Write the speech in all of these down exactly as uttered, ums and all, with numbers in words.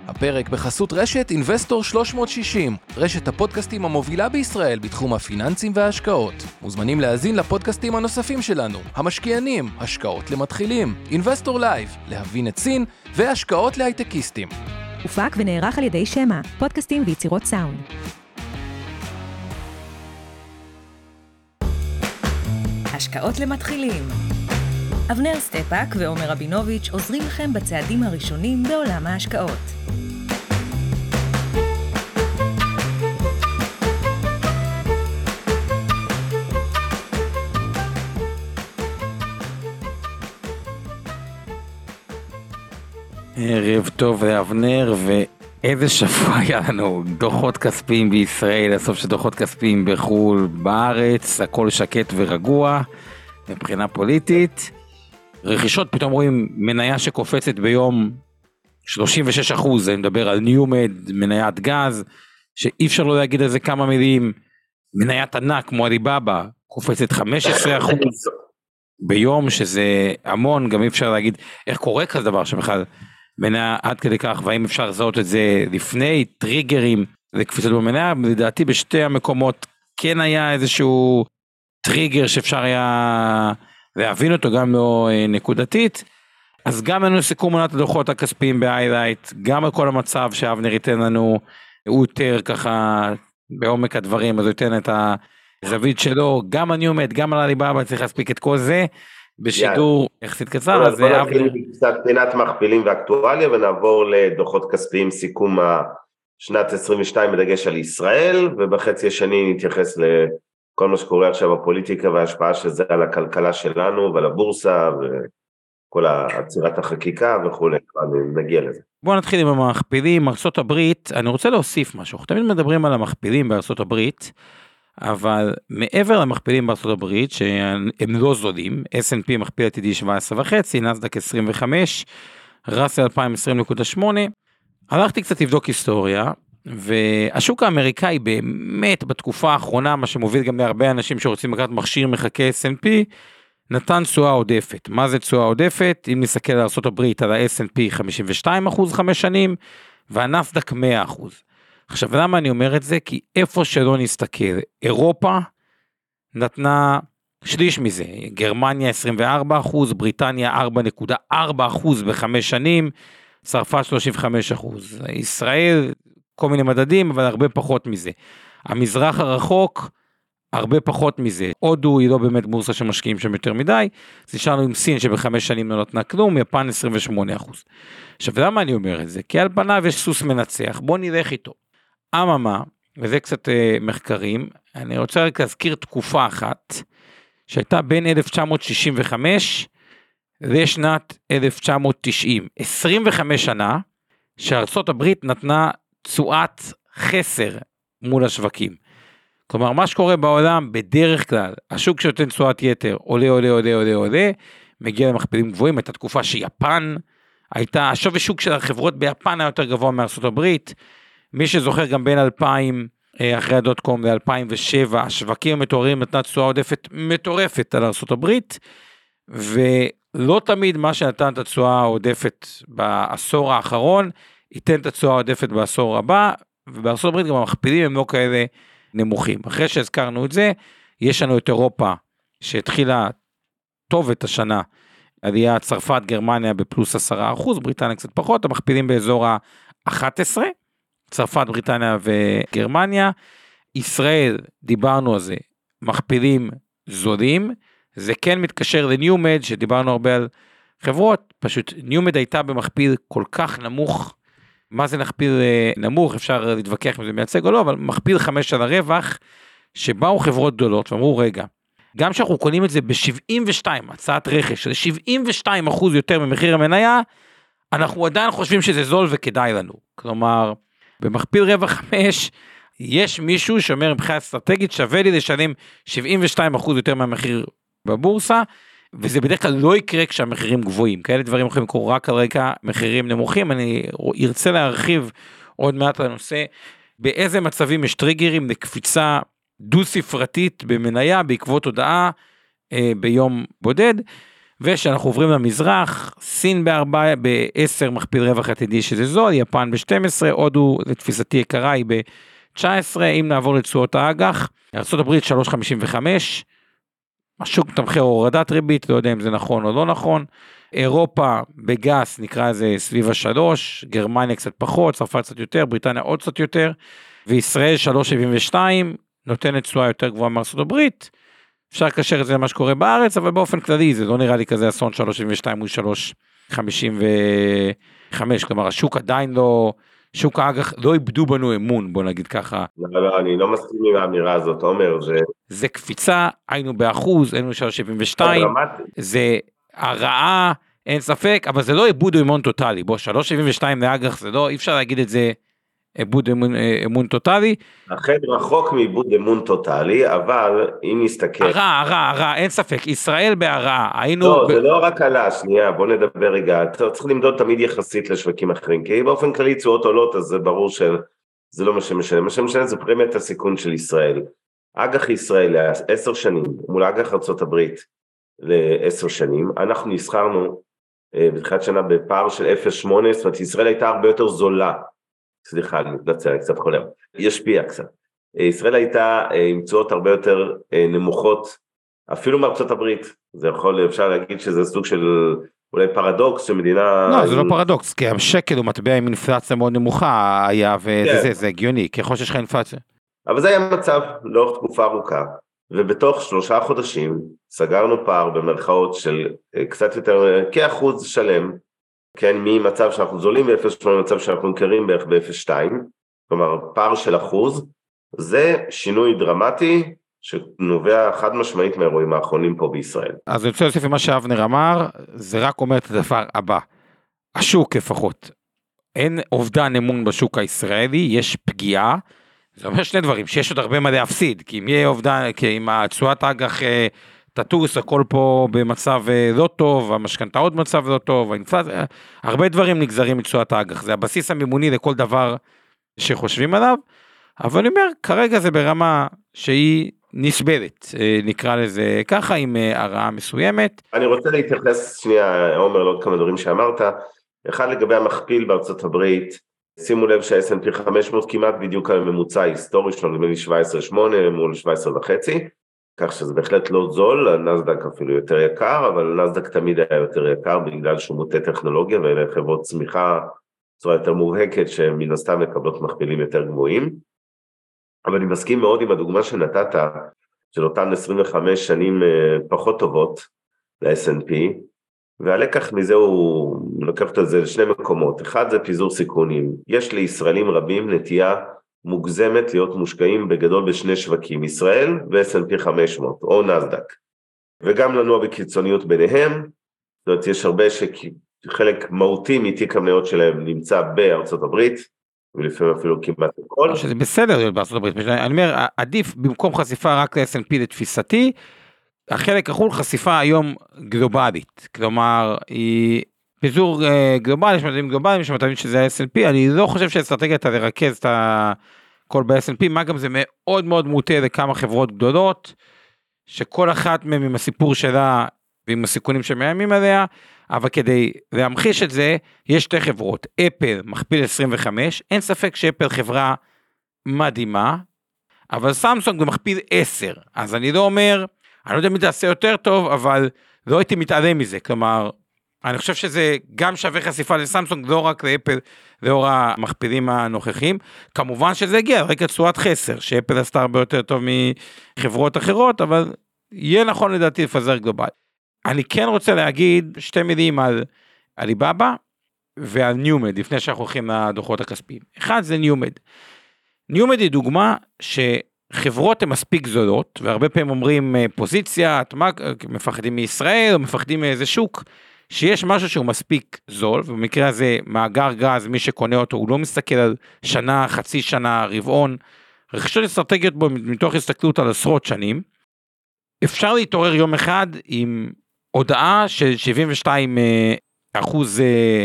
הפרק בחסות רשת Investor שלוש מאות שישים, רשת הפודקאסטים המובילה בישראל בתחום הפיננסים וההשקעות. מוזמנים להאזין לפודקאסטים הנוספים שלנו, המשקיענים, השקעות למתחילים, Investor Live, להבין את סין, והשקעות להייטקיסטים. הופק ונערך על ידי שמה, פודקאסטים ויצירות סאונד. השקעות למתחילים. אבנר סטפאק ועומר רבינוביץ' עוזרים לכם בצעדים הראשונים בעולם ההשקעות. ערב טוב לאבנר, ואיזה שבוע היה לנו, דוחות כספיים בישראל, הסוף של דוחות כספיים בחול, בארץ, הכל שקט ורגוע מבחינה פוליטית. רכישות, פתאום רואים מניה שקופצת ביום שלושים ושש אחוז, אני מדבר על ניומד, מניית גז, שאי אפשר לא להגיד על זה כמה מילים, מניית ענק כמו עליבאבא, קופצת חמש עשרה אחוז ביום, שזה המון, גם אי אפשר להגיד איך קורה כזה דבר שבכלל מניה עד כדי כך, והאם אפשר לזהות את זה לפני, טריגרים לקפיצות במניה, לדעתי בשתי המקומות כן היה איזשהו טריגר שאפשר היה להבין אותו גם לא נקודתית. אז גם לנו סיכום עונת הדוחות הכספיים בהיילייט, גם על כל המצב שאבנר ייתן לנו, הוא יותר ככה בעומק הדברים, אז הוא ייתן את הזווית שלו, גם אני עומד, גם על עליבאבא, צריך להספיק את כל זה, בשידור יחסית קצר. אז בוא נתחיל קצת פינת מכפילים ואקטואליה, ונעבור לדוחות כספיים, סיכום שנת עשרים ושתיים בדגש על ישראל, ובחצי השני נתייחס לכל מה שקורה עכשיו בפוליטיקה, וההשפעה של זה על הכלכלה שלנו, ועל הבורסה, וכל עצירת החקיקה וכו'. נגיע לזה. בואו נתחיל עם המכפילים. ארצות הברית, אני רוצה להוסיף משהו, תמיד מדברים על המכפילים בארצות הברית, אבל מעבר למכפילים בארצות הברית, שהם לא זולים, אס אנד פי מכפיל עתידי שבע עשרה וחצי, נסדק עשרים וחמש, ראסל אלפיים עשרים נקודה שמונה, הלכתי קצת לבדוק היסטוריה, והשוק האמריקאי באמת בתקופה האחרונה, מה שמוביל גם להרבה אנשים שרוצים לקחת מכשיר מחכה אס אנד פי, נתן תשואה עודפת. מה זה תשואה עודפת? אם נסתכל על ארצות הברית, על ה-אס אנד פי חמישים ושתיים אחוז חמש שנים, והנסדק מאה אחוז. עכשיו, למה אני אומר את זה? כי איפה שלא נסתכל, אירופה נתנה שליש מזה, גרמניה עשרים וארבעה אחוז, בריטניה ארבע נקודה ארבע אחוז בחמש שנים, צרפת שלושים וחמישה אחוז, ישראל כל מיני מדדים, אבל הרבה פחות מזה. המזרח הרחוק, הרבה פחות מזה. הודו היא לא באמת בורסה שמשקיעים שם יותר מדי, אז נשארנו עם סין שבחמש שנים לא נתנה כלום, יפן עשרים ושמונה אחוז. עכשיו, למה אני אומר את זה? כי על פניו יש סוס מנצח, בוא נלך איתו. אממה, וזה קצת אה, מחקרים, אני רוצה רק להזכיר תקופה אחת, שהייתה בין אלף תשע מאות שישים וחמש לשנת אלף תשע מאות תשעים, עשרים וחמש שנה, שארצות הברית נתנה תשואת חסר מול השווקים. כלומר, מה שקורה בעולם, בדרך כלל, השוק שנותן תשואת יתר, עולה, עולה, עולה, עולה, עולה, מגיע למכפילים גבוהים. הייתה תקופה שיפן, הייתה, השווי שוק של החברות ביפן היה יותר גבוה מארצות הברית, מי שזוכר גם בין אלפיים, אחרי הדוט קום ל-אלפיים ושבע, השווקים המתוארים נתנה תשואה עודפת מטורפת על ארצות הברית, ולא תמיד מה שנתן את התשואה העודפת בעשור האחרון, ייתן את התשואה העודפת בעשור הבא, ובארצות הברית גם המכפילים הם לא כאלה נמוכים. אחרי שהזכרנו את זה, יש לנו את אירופה, שהתחילה טוב את השנה, עלייה צרפת, גרמניה בפלוס עשרה אחוז, בריטניה קצת פחות, המכפילים באזור ה-אחת עשרה, צרפת, בריטניה וגרמניה. ישראל, דיברנו על זה, מכפילים זולים, זה כן מתקשר לניומד, שדיברנו הרבה על חברות, פשוט ניומד הייתה במכפיל כל כך נמוך, מה זה מכפיל נמוך, אפשר להתווכח אם זה מייצג או לא, אבל מכפיל חמש על הרווח, שבאו חברות גדולות ואמרו, רגע, גם שאנחנו קונים את זה ב-שבעים ושתיים, הצעת רכש, שזה שבעים ושתיים אחוז יותר ממחיר המניה, אנחנו עדיין חושבים שזה זול וכדאי לנו. כלומר, במכפיל רווח חמש, יש מישהו שאומר מבחינה אסטרטגית, שווה לי לשלם שבעים ושתיים אחוז יותר מהמחיר בבורסה, וזה בדרך כלל לא יקרה כשהמחירים גבוהים, כאלה דברים יכולים לקרות רק על רקע מחירים נמוכים. אני ארצה להרחיב עוד מעט לנושא, באיזה מצבים יש טריגרים לקפיצה דו ספרתית במניה, בעקבות הודעה אה, ביום בודד, ושאנחנו עוברים למזרח, סין בארבע, בעשר מכפיל רווח עתידי שזה זול, יפן ב-שתים עשרה, הודו לתפיסתי יקרה היא ב-תשע עשרה, אם נעבור לתשואות האג"ח, ארצות הברית שלוש נקודה חמישים וחמש, השוק תמחר הורדת ריבית, לא יודע אם זה נכון או לא נכון, אירופה בגס נקרא זה סביב השלוש, גרמניה קצת פחות, צרפת קצת יותר, בריטניה עוד קצת יותר, וישראל שלוש נקודה שבעים ושתיים, נותנת תשואה יותר גבוהה מארצות הברית, אפשר לקשר את זה למה שקורה בארץ, אבל באופן כללי זה לא נראה לי כזה אסון שלוש נקודה שבעים ושתיים מול שלוש נקודה חמישים וחמש, כלומר השוק עדיין לא, שוק האג"ח לא איבדו בנו אמון, בוא נגיד ככה. לא, לא, אני לא מסכים עם האמירה הזאת, עומר, זה... זה קפיצה, היינו באחוז, היינו שלוש נקודה שבעים ושתיים, זה הרעה, אין ספק, אבל זה לא איבוד אמון טוטלי, בוא, שלוש נקודה שבעים ושתיים לאג"ח, זה לא, אי אפשר להגיד את זה, איבוד אמון, אמון טוטלי. אכן רחוק מאיבוד אמון טוטלי, אבל אם נסתכל... הרע, הרע, הרע, אין ספק, ישראל בהרעה, היינו... לא, ב... זה לא רק עלה, שנייה, בוא נדבר רגע, צריך למדוד תמיד יחסית לשווקים אחרים, כי באופן כללי תשואות עולות, אז זה ברור שזה לא מה שמשנה, מה שמשנה זה פרמיית הסיכון של ישראל. אג"ח ישראל לעשר שנים, מול אג"ח ארצות הברית לעשר שנים, אנחנו נסחרנו בתחילת שנה בפער של אפס נקודה שמונה, זאת אומרת, ישראל הייתה הרבה יותר זולה, סליחה, אני מתנצל, אני קצת חולם, ישפיע קצת. ישראל הייתה עם תשואות הרבה יותר נמוכות, אפילו מארצות הברית, זה יכול, אפשר להגיד שזה סוג של אולי פרדוקס, שמדינה... לא, זה לא פרדוקס, כי השקל הוא מטבע עם אינפלציה מאוד נמוכה, היה, וזה, זה הגיוני, ככל שיש לך אינפלציה. אבל זה היה מצב לאורך תקופה ארוכה, ובתוך שלושה חודשים סגרנו פער במרכאות של קצת יותר, כאחוז שלם, כן, ממצב שאנחנו זולים ב-אפס נקודה שמונה, מצב שאנחנו מכירים בערך ב-אפס נקודה שתיים, כלומר פער של אחוז, זה שינוי דרמטי שנובע חד משמעית מהאירועים האחרונים פה בישראל. אז אני רוצה להוסיף למה שאבנר אמר, זה רק אומר את הדבר הבא, השוק לפחות, אין אובדן אמון בשוק הישראלי, יש פגיעה, זה אומר שני דברים, שיש עוד הרבה מה להפסיד, כי אם יהיה אובדן, כי אם התשואת האג"ח תטוס, הכל פה במצב לא טוב, המשכנתאות במצב לא טוב, האינפלציה, הרבה דברים נגזרים מתשואת האג"ח, זה הבסיס המימוני לכל דבר שחושבים עליו, אבל אני אומר, כרגע זה ברמה שהיא נסבלת, נקרא לזה ככה, עם הרעה מסוימת. אני רוצה להתייחס, שנייה, עומר, לעוד כמה דברים שאמרת, אחד לגבי המכפיל בארצות הברית, שימו לב שה-אס אנד פי חמש מאות כמעט בדיוק הממוצע ההיסטורי שלנו, נדמה לי שבע עשרה נקודה שמונה מול שבע עשרה וחצי, כך שזה בהחלט לא זול, הנסדק אפילו יותר יקר, אבל הנסדק תמיד היה יותר יקר, בגלל שהוא מוטה טכנולוגיה, ואלה חברות צמיחה בצורה יותר מובהקת, שמן הסתם מקבלות מכפילים יותר גבוהים, אבל אני מסכים מאוד עם הדוגמה שנתת, של אותן עשרים וחמש שנים פחות טובות ל-אס אנד פי, והלקח מזה הוא לקחת את זה לשני מקומות, אחד זה פיזור סיכונים, יש לישראלים רבים נטייה מוגזמת להיות מושקעים בגדול בשני שווקים, ישראל ו-אס אנד פי חמש מאות או נסדק, וגם לנוע בקיצוניות ביניהם, זאת אומרת יש הרבה שחלק מהותי מתיק המניות שלהם נמצא בארצות הברית, ולפעמים אפילו כמעט הכל. שזה בסדר להיות בארצות הברית, אני אומר, עדיף במקום חשיפה רק ל-אס אנד פי לתפיסתי, החלק החול חשיפה היום גלובלית, כלומר, היא פיזור גלובלי, יש מדעים גלובליים, יש מדעים שזה ה-אס אנד פי, אני לא חושב שהאסטרטגיה אתה לרכז את הכל ב-אס אנד פי, מה גם זה מאוד מאוד מוטה לכמה חברות גדולות, שכל אחת מהן עם הסיפור שלה, ועם הסיכונים שמאיימים עליה, אבל כדי להמחיש את זה, יש שתי חברות, אפל מכפיל עשרים וחמש, אין ספק שאפל חברה מדהימה, אבל סמסונג במכפיל עשר, אז אני לא אומר, אני לא יודע אם זה עושה יותר טוב, אבל לא הייתי מתעלם מזה, כלומר, אני חושב שזה גם שווה חשיפה לסמסונג, לא רק לאפל, לאור המכפילים הנוכחים, כמובן שזה הגיע, רק תשואת חסר, שאפל עשתה הרבה יותר טוב מחברות אחרות, אבל יהיה נכון לדעתי לפזר גלובלי. אני כן רוצה להגיד שתי מילים על עליבאבא, ועל ניומד, לפני שאנחנו הולכים לדוחות הכספיים. אחד זה ניומד. ניומד היא דוגמה ש... חברות הן מספיק זולות, והרבה פעמים אומרים פוזיציה, מפחדים מישראל, או מפחדים מאיזה שוק, שיש משהו שהוא מספיק זול, ובמקרה הזה מאגר גז, מי שקונה אותו, הוא לא מסתכל על שנה, חצי שנה, רבעון, רכישות אסטרטגיות בו, מתוך הסתכלות על עשרות שנים, אפשר להתעורר יום אחד עם הודעה של שבעים ושתיים אחוז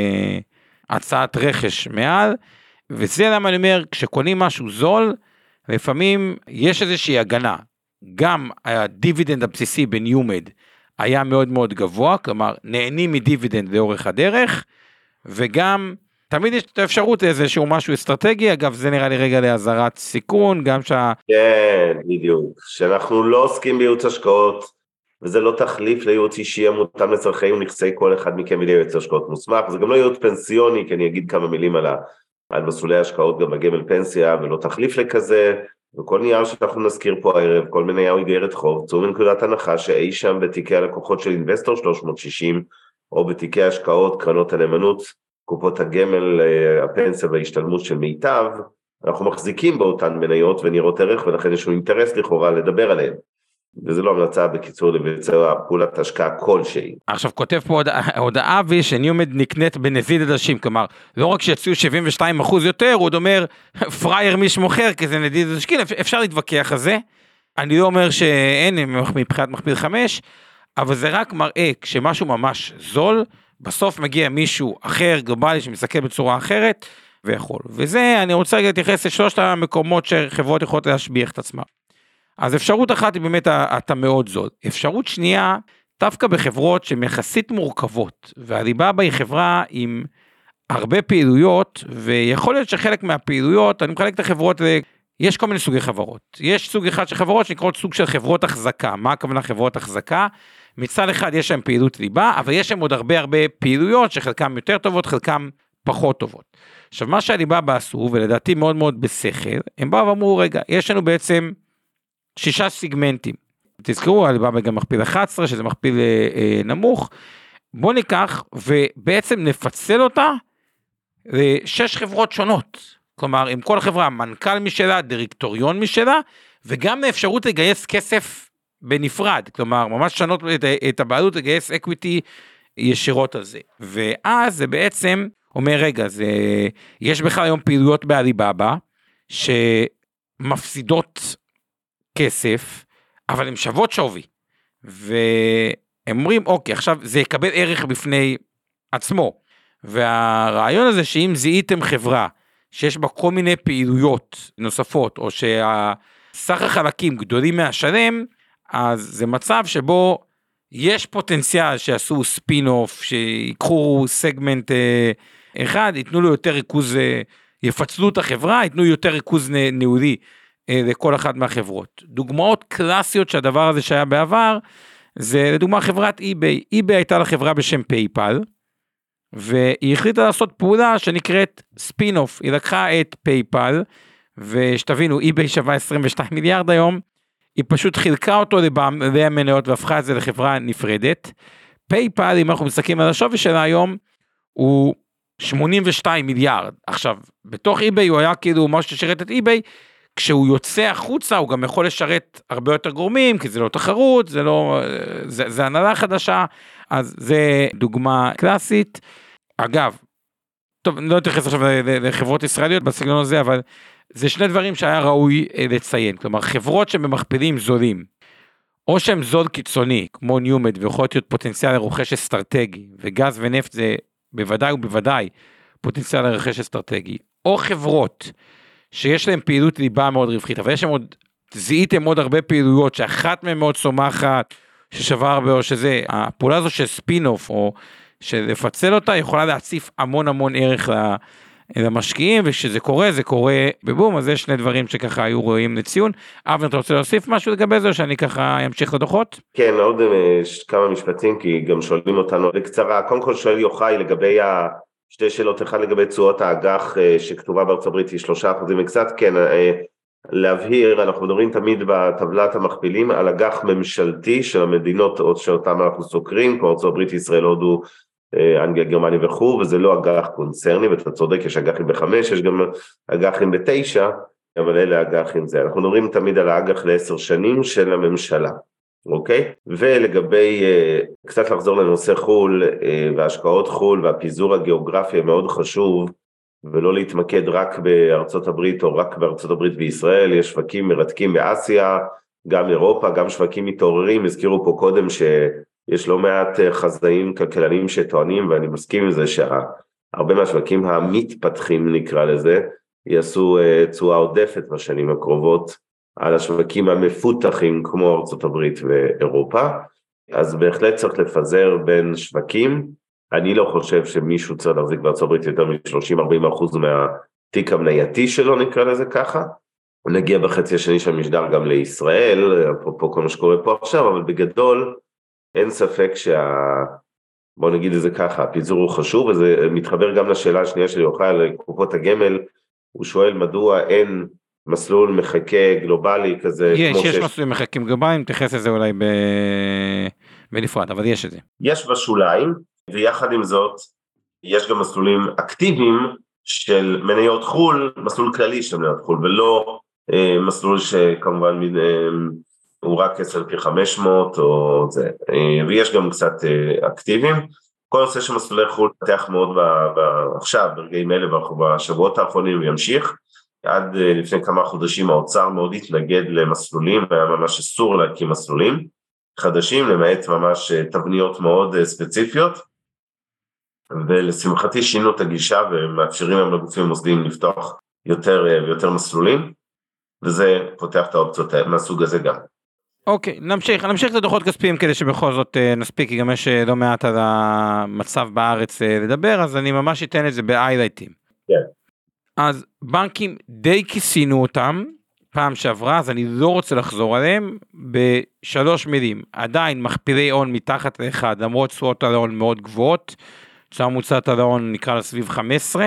הצעת רכש מעל, וזה למה אני אומר, כשקונים משהו זול, לפעמים יש איזושהי הגנה, גם הדיבידנד הבסיסי בניומד היה מאוד מאוד גבוה, כלומר נהנים מדיבידנד לאורך הדרך, וגם תמיד יש את האפשרות לאיזשהו משהו אסטרטגי, אגב זה נראה לי רגע להזרת סיכון, גם שה... כן, בדיוק, שאנחנו לא עוסקים בייעוץ השקעות, וזה לא תחליף לייעוץ אישי המותאם לצרכי ונכסי כל אחד מכם בידי ייעוץ השקעות מוסמך, זה גם לא ייעוץ פנסיוני, כי אני אגיד כמה מילים על, ה... על מסלולי השקעות גם בגמל פנסיה, ולא תחליף לכזה, וכל נייר שאנחנו נזכיר פה הערב, כל מניה או איגרת חוב, צאו מנקודת הנחה שאי שם בתיקי הלקוחות של אינבסטור שלוש מאות שישים, או בתיקי השקעות, קרנות הנאמנות, קופות הגמל, הפנסיה וההשתלמות של מיטב, אנחנו מחזיקים באותן מניות ונראות ערך, ולכן יש לנו אינטרס לכאורה לדבר עליהן. וזה לא המלצה בקיצור לבצע פעולת השקעה כלשהי. עכשיו כותב פה הודעה אבי שניומד נקנית בנזיד עדשים, כלומר לא רק שיצאו שבעים ושתיים אחוז יותר, הוא עוד אומר פרייר מי שמוכר כי זה נזיד עדשים, אפשר להתווכח על זה, אני לא אומר שאין מבחינת מכפיל חמש, אבל זה רק מראה כשמשהו ממש זול, בסוף מגיע מישהו אחר גלובלי שמסתכל בצורה אחרת ויכול, וזה אני רוצה להתייחס לשלושת המקומות שחברות יכולות להשביח את עצמם. אז אפשרות אחת היא באמת אתה מאוד זול, אפשרות שנייה, דווקא בחברות שהן יחסית מורכבות, והליבאבא היא חברה עם הרבה פעילויות, ויכול להיות שחלק מהפעילויות, אני מחלק את החברות, יש כל מיני סוגי חברות, יש סוג אחד של חברות שנקראות סוג של חברות החזקה, מה הכוונה חברות החזקה? מצד אחד יש להם פעילות ליבה, אבל יש להם עוד הרבה הרבה פעילויות, שחלקם יותר טובות, חלקם פחות טובות. עכשיו מה שהליבאבא עשו, ולדעתי מאוד מאוד בשכל, הם באו ואמרו רגע, יש לנו בעצם שישה סיגמנטים, תזכרו, הליבאבא גם מכפיל אחת עשרה, שזה מכפיל אה, נמוך, בואו ניקח ובעצם נפצל אותה לשש חברות שונות, כלומר עם כל חברה, מנכ"ל משלה, דירקטוריון משלה, וגם האפשרות לגייס כסף בנפרד, כלומר ממש שנות את, את הבעלות לגייס אקוויטי ישירות על זה, ואז זה בעצם אומר רגע, זה, יש בכלל היום פעילויות באליבאבא, שמפסידות כסף, אבל הן שוות שווי, והם אומרים, אוקיי, עכשיו זה יקבל ערך בפני עצמו, והרעיון הזה שאם זיהיתם חברה, שיש בה כל מיני פעילויות נוספות, או שהסך החלקים גדולים מהשלם, אז זה מצב שבו יש פוטנציאל שיעשו ספין אוף, שיקחו סגמנט אחד, ייתנו לו יותר ריכוז, יפצלו את החברה, ייתנו יותר ריכוז ניהולי, לכל אחת מהחברות. דוגמאות קלאסיות שהדבר הזה שהיה בעבר, זה לדוגמה חברת eBay. eBay הייתה לחברה בשם פייפל, והיא החליטה לעשות פעולה שנקראת ספין-אוף. היא לקחה את פייפל, ושתבינו, eBay שווה עשרים ושתיים מיליארד היום, היא פשוט חילקה אותו לבעלי המניות, והפכה את זה לחברה נפרדת. פייפל, אם אנחנו מסתכלים על השווי שלה היום, הוא שמונים ושתיים מיליארד. עכשיו, בתוך eBay הוא היה כאילו משהו ששירת את eBay, כשהוא יוצא החוצה, הוא גם יכול לשרת הרבה יותר גורמים, כי זה לא תחרות, זה לא, זה, זה הנהלה חדשה, אז זה דוגמה קלאסית. אגב, טוב, אני לא אתייחס עכשיו לחברות ישראליות בסגנון הזה, אבל זה שני דברים שהיה ראוי לציין, כלומר, חברות שבמכפילים זולים, או שהם זול קיצוני, כמו ניומד, ויכול להיות פוטנציאל לרוכש אסטרטגי, וגז ונפט זה בוודאי ובוודאי פוטנציאל לרוכש אסטרטגי, או חברות, שיש להם פעילות ליבה מאוד רווחית, אבל יש להם עוד, זיהיתם עוד הרבה פעילויות, שאחת מהן מאוד צומחת, ששווה הרבה, או שזה, הפעולה הזו של ספין-אוף, או של לפצל אותה, יכולה להציף המון המון ערך למשקיעים, וכשזה קורה, זה קורה בבום, אז יש שני דברים שככה היו רואים לציון. אבנר, אתה רוצה להוסיף משהו לגבי זה, או שאני ככה אמשיך לדוחות? כן, עוד כמה משפטים, כי גם שואלים אותנו בקצרה. קודם כל שואל יוחאי לגבי ה... שתי שאלות, אחד לגבי תשואות האג"ח שכתובה בארצות הברית היא שלושה אחוזים וקצת, כן, להבהיר, אנחנו מדברים תמיד בטבלת המכפילים על אג"ח ממשלתי של המדינות שאותם אנחנו סוקרים, כמו ארצות הברית, ישראל, הודו, אנגליה, גרמניה וכו', וזה לא אג"ח קונצרני, ואתה צודק, יש אג"חים בחמש, יש גם אג"חים בתשע, אבל אלה אג"חים זה, אנחנו מדברים תמיד על האג"ח לעשר שנים של הממשלה. אוקיי? ולגבי, קצת לחזור לנושא חול, והשקעות חול, והפיזור הגיאוגרפי מאוד חשוב, ולא להתמקד רק בארצות הברית, או רק בארצות הברית וישראל, יש שווקים מרתקים באסיה, גם אירופה, גם שווקים מתעוררים, הזכירו פה קודם שיש לא מעט חזאים כלכלנים שטוענים, ואני מסכים עם זה שהרבה מהשווקים המתפתחים נקרא לזה, יעשו תשואה עודפת בשנים הקרובות, על השווקים המפותחים כמו ארצות הברית ואירופה, אז בהחלט צריך לפזר בין שווקים, אני לא חושב שמישהו צריך להחזיק בארצות הברית יותר מ-שלושים עד ארבעים אחוז מהתיק המנייתי שלו, נקרא לזה ככה, נגיע בחצי השני של המשדר גם לישראל, אפרופו כל מה שקורה פה עכשיו, אבל בגדול אין ספק שה... בוא נגיד את זה ככה, הפיזור הוא חשוב, וזה מתחבר גם לשאלה השנייה של יוחאי על קופות הגמל, הוא שואל מדוע אין מסלול מחכה גלובלי כזה. יש, יש שיש... מסלולים מחכים גלובליים, נתייחס לזה אולי ב... בנפרד, אבל יש את זה. יש בשוליים, ויחד עם זאת, יש גם מסלולים אקטיביים של מניות חול, מסלול כללי של מניות חול, ולא אה, מסלול שכמובן אה, הוא רק אס אנד פי חמש מאות או זה, אה, ויש גם קצת אה, אקטיביים. כל נושא של מסלולי חול פתח מאוד ב, ב, עכשיו, ברגעים אלה, בשבועות האחרונים, וימשיך. עד אה, לפני כמה חודשים האוצר מאוד התנגד למסלולים, והיה ממש אסור להקים מסלולים חדשים, למעט ממש תבניות מאוד ספציפיות, ולשמחתי שינו את הגישה ומאפשרים הם לגופים מוסדיים לפתוח יותר ויותר מסלולים, וזה פותח את האופציות מהסוג הזה גם. אוקיי, נמשיך, נמשיך את הדוחות כספיים כדי שבכל זאת נספיק, כי גם יש לא מעט על המצב בארץ לדבר, אז אני ממש אתן את זה בהיילייטים. כן. אז בנקים די כיסינו אותם, פעם שעברה, אז אני לא רוצה לחזור עליהם, בשלוש מילים, עדיין מכפילי הון מתחת לאחד, למרות תשואות על ההון מאוד גבוהות, תשואה ממוצעת על ההון נקרא לסביב חמש עשרה,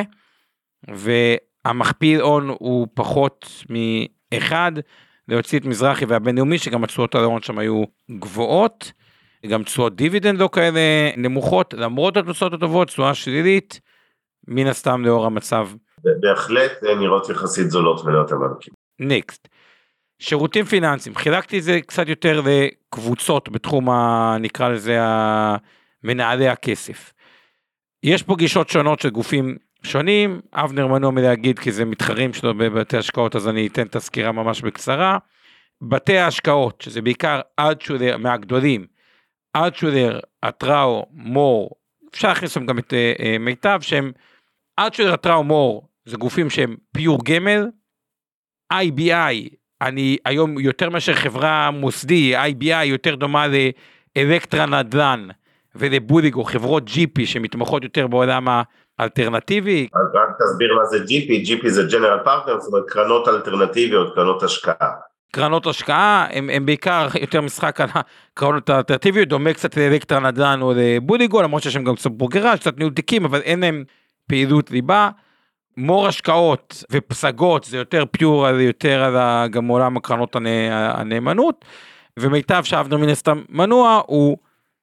והמכפיל הון הוא פחות מאחד, להוציא את מזרחי והבינלאומי, שגם התשואות על ההון שם היו גבוהות, גם תשואות דיבידנד לא כאלה נמוכות, למרות התוצאות הטובות, תשואה שלילית, מן הסתם לאור המצב. בהחלט נראות יחסית זולות מניות הבנקים. נקסט, שירותים פיננסיים, חילקתי את זה קצת יותר לקבוצות בתחום ה... נקרא לזה מנהלי הכסף. יש פה גישות שונות של גופים שונים, אבנר מנוע מלהגיד כי זה מתחרים שלו בבתי השקעות, אז אני אתן את הסקירה ממש בקצרה. בתי ההשקעות, שזה בעיקר אלטשולר מהגדולים, אלטשולר, אטראו, מור, אפשר להכניס גם את uh, מיטב, שהם אלטשולר, אטראו, מור, זה גופים שהם פיור גמל, איי בי איי, אני היום יותר מאשר חברה מוסדי, איי בי איי יותר דומה לאלקטרה נדל"ן ולבודיגו, חברות ג'י פי שמתמחות יותר בעולם האלטרנטיבי. אז רק תסביר מה זה ג'י פי, ג'י פי זה ג'נרל פרטנר, זאת אומרת קרנות אלטרנטיביות, קרנות השקעה. קרנות השקעה, הם, הם בעיקר יותר משחק על הקרנות האלטרנטיביות, דומה קצת לאלקטרה נדל"ן או לבודיגו, למרות שיש שם גם קצת ברוקראז', קצת ניהול תיקים, אבל אין להם פעילות ליבה. מור השקעות ופסגות, זה יותר פיור, זה יותר על גם עולם הקרנות הנאמנות, ומיטב שאבנר מן הסתם מנוע, הוא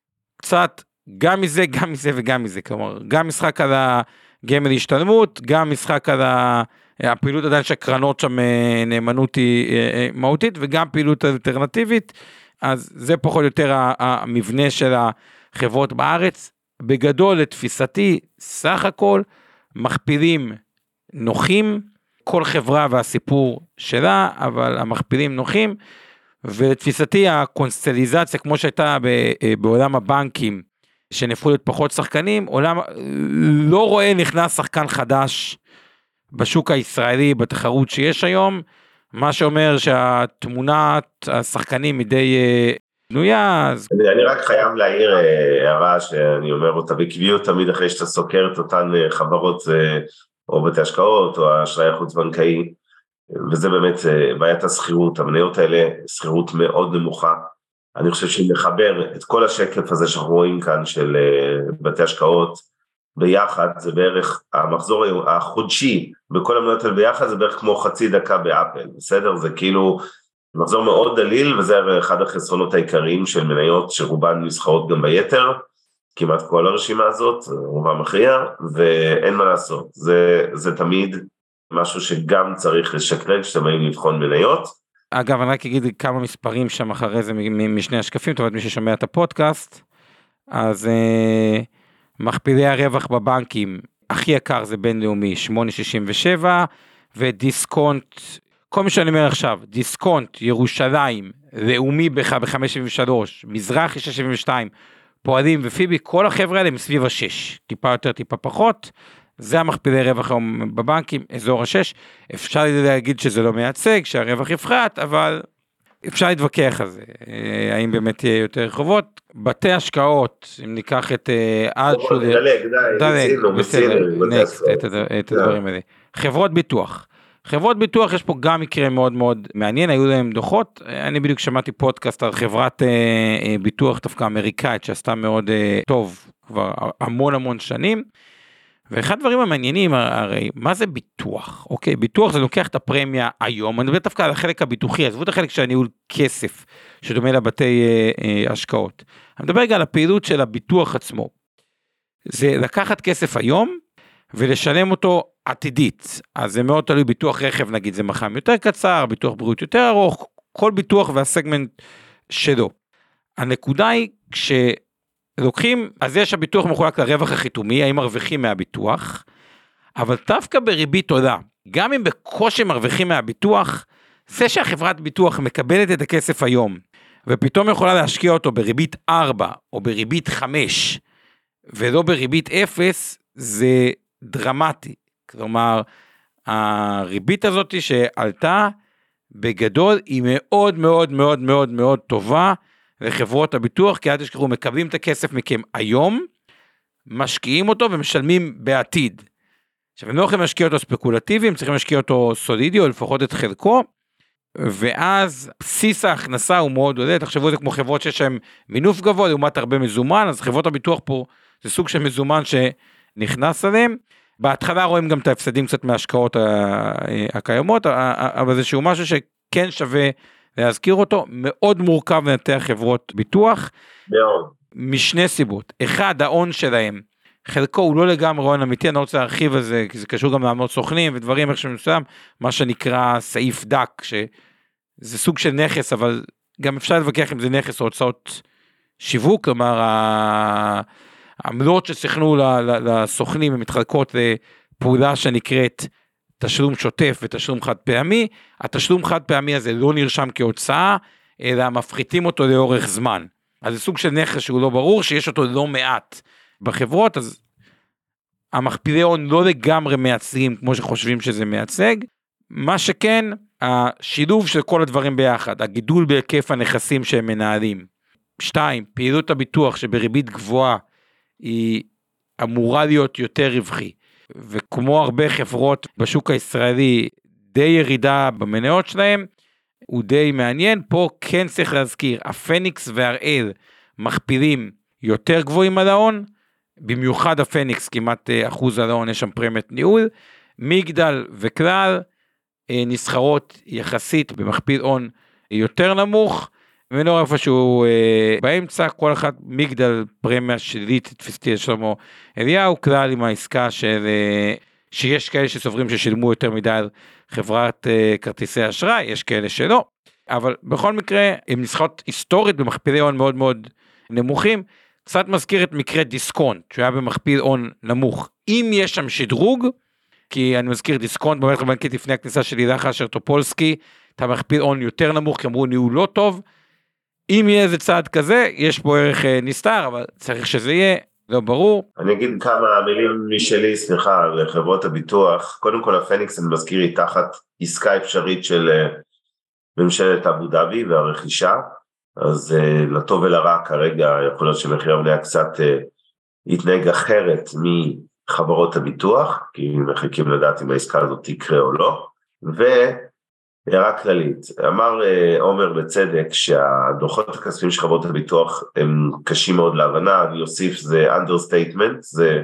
קצת גם מזה, גם מזה וגם מזה, כלומר, גם משחק על הגמל השתלמות, גם משחק על הפעילות עדיין שהקרנות שם נאמנות היא מהותית, וגם פעילות אלטרנטיבית, אז זה פחות או יותר המבנה של החברות בארץ, בגדול לתפיסתי, סך הכל, מכפילים נוחים, כל חברה והסיפור שלה, אבל המכפילים נוחים, ולתפיסתי הקונסטליזציה, כמו שהייתה בעולם הבנקים, שנפו להיות פחות שחקנים, עולם לא רואה נכנס שחקן חדש, בשוק הישראלי, בתחרות שיש היום, מה שאומר שהתמונת השחקנים מדי בנויה. אז... אני, אני רק חייב להעיר הערה שאני אומר אותה בקביעות תמיד אחרי שאתה סוקר את אותן חברות או בתי השקעות או האשראי החוץ בנקאי, וזה באמת בעיית הסחירות, המניות האלה סחירות מאוד נמוכה. אני חושב שאם נחבר את כל השקף הזה שאנחנו רואים כאן של בתי השקעות ביחד, זה בערך המחזור החודשי בכל המניות האלה ביחד, זה בערך כמו חצי דקה באפל, בסדר? זה כאילו מחזור מאוד דליל, וזה אחד החסרונות העיקריים של מניות שרובן נסחרות גם ביתר, כמעט כל הרשימה הזאת, רובה מכריע, ואין מה לעשות, זה, זה תמיד משהו שגם צריך לשקלל כשאתם באים לבחון מניות. אגב, אני רק אגיד כמה מספרים שם אחרי זה משני השקפים, טוב, מי ששומע את הפודקאסט, אז אה, מכפילי הרווח בבנקים, הכי יקר זה בינלאומי, שמונה שישים ושבע, ודיסקונט, כל מי שאני אומר עכשיו, דיסקונט, ירושלים, לאומי ב-חמש שבעים ושלוש, מזרחי שש שבעים ושתיים, פועלים ופיבי, כל החבר'ה האלה מסביב השש, טיפה יותר, טיפה פחות, זה המכפילי רווח היום בבנקים, אזור השש, אפשר להגיד שזה לא מייצג, שהרווח יפחת, אבל אפשר להתווכח על זה, האם באמת יהיה יותר רחובות, בתי השקעות, אם ניקח את עד שהוא... דלג, די, בסדר, נקסט, את הדברים האלה. חברות ביטוח. חברות ביטוח יש פה גם מקרה מאוד מאוד מעניין, היו להם דוחות, אני בדיוק שמעתי פודקאסט על חברת ביטוח דווקא אמריקאית, שעשתה מאוד טוב כבר המון המון שנים, ואחד הדברים המעניינים, הרי, מה זה ביטוח? אוקיי, ביטוח זה לוקח את הפרמיה היום, אני מדבר דווקא על החלק הביטוחי, עזבו את החלק של הניהול כסף, שדומה לבתי אה, אה, השקעות. אני מדבר רגע על הפעילות של הביטוח עצמו. זה לקחת כסף היום, ולשלם אותו עתידית. אז זה מאוד תלוי ביטוח רכב, נגיד, זה מחם יותר קצר, ביטוח בריאות יותר ארוך, כל ביטוח והסגמנט שלו. הנקודה היא, כש... לוקחים, אז יש הביטוח מחולק לרווח החיתומי, האם מרוויחים מהביטוח, אבל דווקא בריבית עולה, גם אם בקושי מרוויחים מהביטוח, זה שהחברת ביטוח מקבלת את הכסף היום, ופתאום יכולה להשקיע אותו בריבית ארבע, או בריבית חמש, ולא בריבית אפס, זה דרמטי. כלומר, הריבית הזאת שעלתה, בגדול, היא מאוד מאוד מאוד מאוד מאוד טובה, לחברות הביטוח, כי אל תשכחו, מקבלים את הכסף מכם היום, משקיעים אותו ומשלמים בעתיד. עכשיו, הם לא יכולים להשקיע אותו ספקולטיבי, הם צריכים להשקיע אותו סולידי, או לפחות את חלקו, ואז בסיס ההכנסה הוא מאוד עולה, תחשבו זה כמו חברות שיש להם מינוף גבוה, לעומת הרבה מזומן, אז חברות הביטוח פה, זה סוג של מזומן שנכנס עליהם, בהתחלה רואים גם את ההפסדים קצת מההשקעות הקיימות, אבל זה שהוא משהו שכן שווה להזכיר אותו, מאוד מורכב לנתח חברות ביטוח, מאוד. משני סיבות, אחד, ההון שלהם, חלקו הוא לא לגמרי הון אמיתי, אני לא רוצה להרחיב על זה, כי זה קשור גם לעמוד סוכנים ודברים איך שמסוים, מה שנקרא סעיף דק, שזה סוג של נכס, אבל גם אפשר לבקח אם זה נכס או הוצאות שיווק, כלומר, העמלות שסכנו לסוכנים, הן מתחלקות לפעולה שנקראת תשלום שוטף ותשלום חד פעמי, התשלום חד פעמי הזה לא נרשם כהוצאה, אלא מפחיתים אותו לאורך זמן. אז זה סוג של נכס שהוא לא ברור, שיש אותו לא מעט בחברות, אז המכפילי הון לא לגמרי מייצגים, כמו שחושבים שזה מייצג, מה שכן, השילוב של כל הדברים ביחד, הגידול בהיקף הנכסים שהם מנהלים, שתיים, פעילות הביטוח שבריבית גבוהה, היא אמורה להיות יותר רווחי, וכמו הרבה חברות בשוק הישראלי, די ירידה במניות שלהם, הוא די מעניין, פה כן צריך להזכיר, הפניקס והראל מכפילים יותר גבוהים על ההון, במיוחד הפניקס, כמעט אחוז על ההון, יש שם פרמיית ניהול, מגדל וכלל, נסחרות יחסית במכפיל הון יותר נמוך, ולא איפשהו אה, באמצע, כל אחד מגדל פרמיה שלילית, תפיסתי שלמה אליהו, כלל עם העסקה של, אה, שיש כאלה שסוברים ששילמו יותר מדי על חברת אה, כרטיסי אשראי, יש כאלה שלא, אבל בכל מקרה, הם נסחרות היסטורית במכפילי הון מאוד מאוד נמוכים, קצת מזכיר את מקרה דיסקונט, שהיה במכפיל הון נמוך, אם יש שם שדרוג, כי אני מזכיר דיסקונט, במערכת הבנקאית לפני הכניסה של הילה אשר טופולסקי, אתה מכפיל הון יותר נמוך, כי אמרו ניהול לא טוב, אם יהיה איזה צעד כזה, יש פה ערך נסתר, אבל צריך שזה יהיה, לא ברור. אני אגיד כמה מילים משלי, סליחה, לחברות הביטוח. קודם כל, הפניקס, אני מזכיר, היא תחת עסקה אפשרית של ממשלת אבו דאבי והרכישה, אז לטוב ולרע כרגע, יכול להיות שמחיר המניה קצת יתנהג אחרת מחברות הביטוח, כי מחכים לדעת אם העסקה הזאת תקרה או לא, ו... הערה כללית, אמר עומר בצדק שהדוחות הכספיים של חברות הביטוח הם קשים מאוד להבנה, אני אוסיף זה understatement, זה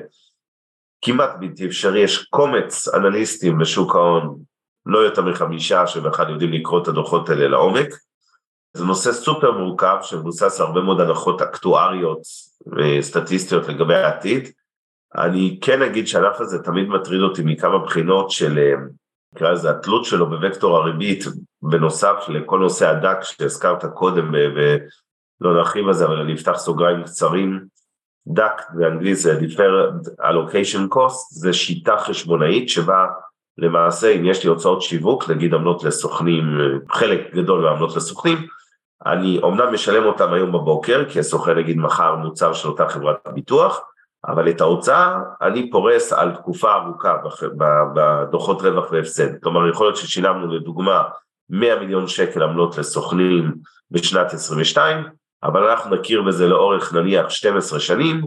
כמעט בלתי אפשרי, יש קומץ אנליסטים בשוק ההון, לא יותר מחמישה שבכלל יודעים לקרוא את הדוחות האלה לעומק, זה נושא סופר מורכב שמבוסס הרבה מאוד הנחות אקטואריות וסטטיסטיות לגבי העתיד, אני כן אגיד שהענף הזה תמיד מטריד אותי מכמה בחינות של... נקרא לזה התלות שלו בווקטור הריבית, בנוסף לכל נושא הדק שהזכרת קודם, ולא נרחיב על זה, אבל אני אפתח סוגריים קצרים, דק באנגלית זה Deferred Allocation Cost, זה שיטה חשבונאית שבה למעשה אם יש לי הוצאות שיווק, נגיד עמלות לסוכנים, חלק גדול מהעמלות לסוכנים, אני אומנם משלם אותם היום בבוקר, כי הסוכן נגיד מחר מוצר של אותה חברת ביטוח, אבל את ההוצאה אני פורס על תקופה ארוכה בדוחות רווח והפסד, כלומר יכול להיות ששילמנו לדוגמה מאה מיליון שקל עמלות לסוכנים בשנת עשרים ושתיים, אבל אנחנו נכיר בזה לאורך נניח שתים עשרה שנים,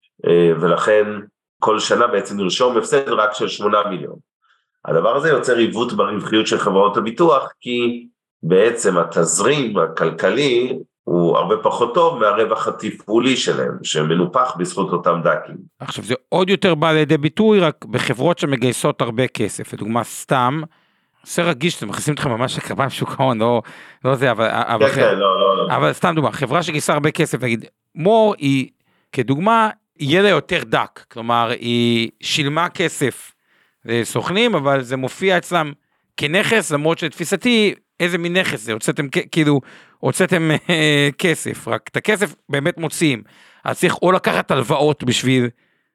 ולכן כל שנה בעצם נרשום הפסד רק של שמונה מיליון. הדבר הזה יוצר עיוות ברווחיות של חברות הביטוח, כי בעצם התזרים הכלכלי הוא הרבה פחות טוב מהרווח התפעולי שלהם, שמנופח בזכות אותם דקים. עכשיו זה עוד יותר בא לידי ביטוי, רק בחברות שמגייסות הרבה כסף, לדוגמה סתם, עושה רגיש, אתם מכניסים אתכם ממש לקרבן שוק ההון, לא, לא זה, אבל, אבל, כן, כן, לא, לא, לא. אבל סתם דוגמה, חברה שגייסה הרבה כסף, נגיד, מור היא, כדוגמה, יהיה לה יותר דק, כלומר, היא שילמה כסף לסוכנים, אבל זה מופיע אצלם כנכס, למרות שתפיסתי, איזה מין נכס זה, הוצאתם, כאילו, הוצאתם אה, כסף, רק את הכסף באמת מוציאים, אז צריך או לקחת הלוואות בשביל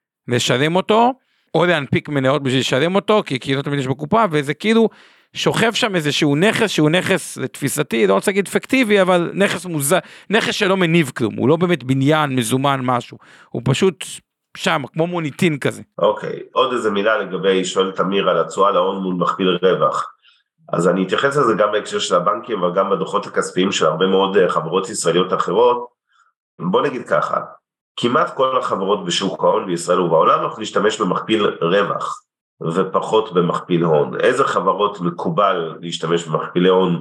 לשלם אותו, או להנפיק מניות בשביל לשלם אותו, כי כאילו תמיד יש בקופה, וזה כאילו שוכב שם איזשהו נכס, שהוא נכס לתפיסתי, לא רוצה להגיד פקטיבי, אבל נכס מוזר, נכס שלא מניב כלום, הוא לא באמת בניין, מזומן, משהו, הוא פשוט שם, כמו מוניטין כזה. אוקיי, עוד איזה מילה לגבי, שואל תמיר על התשואה להון מול מכפיל רווח, אז אני אתייחס לזה גם בהקשר של הבנקים, אבל גם בדוחות הכספיים של הרבה מאוד חברות ישראליות אחרות. בוא נגיד ככה, כמעט כל החברות בשוק ההון בישראל ובעולם אנחנו נשתמש במכפיל רווח, ופחות במכפיל הון. איזה חברות מקובל להשתמש במכפילי הון?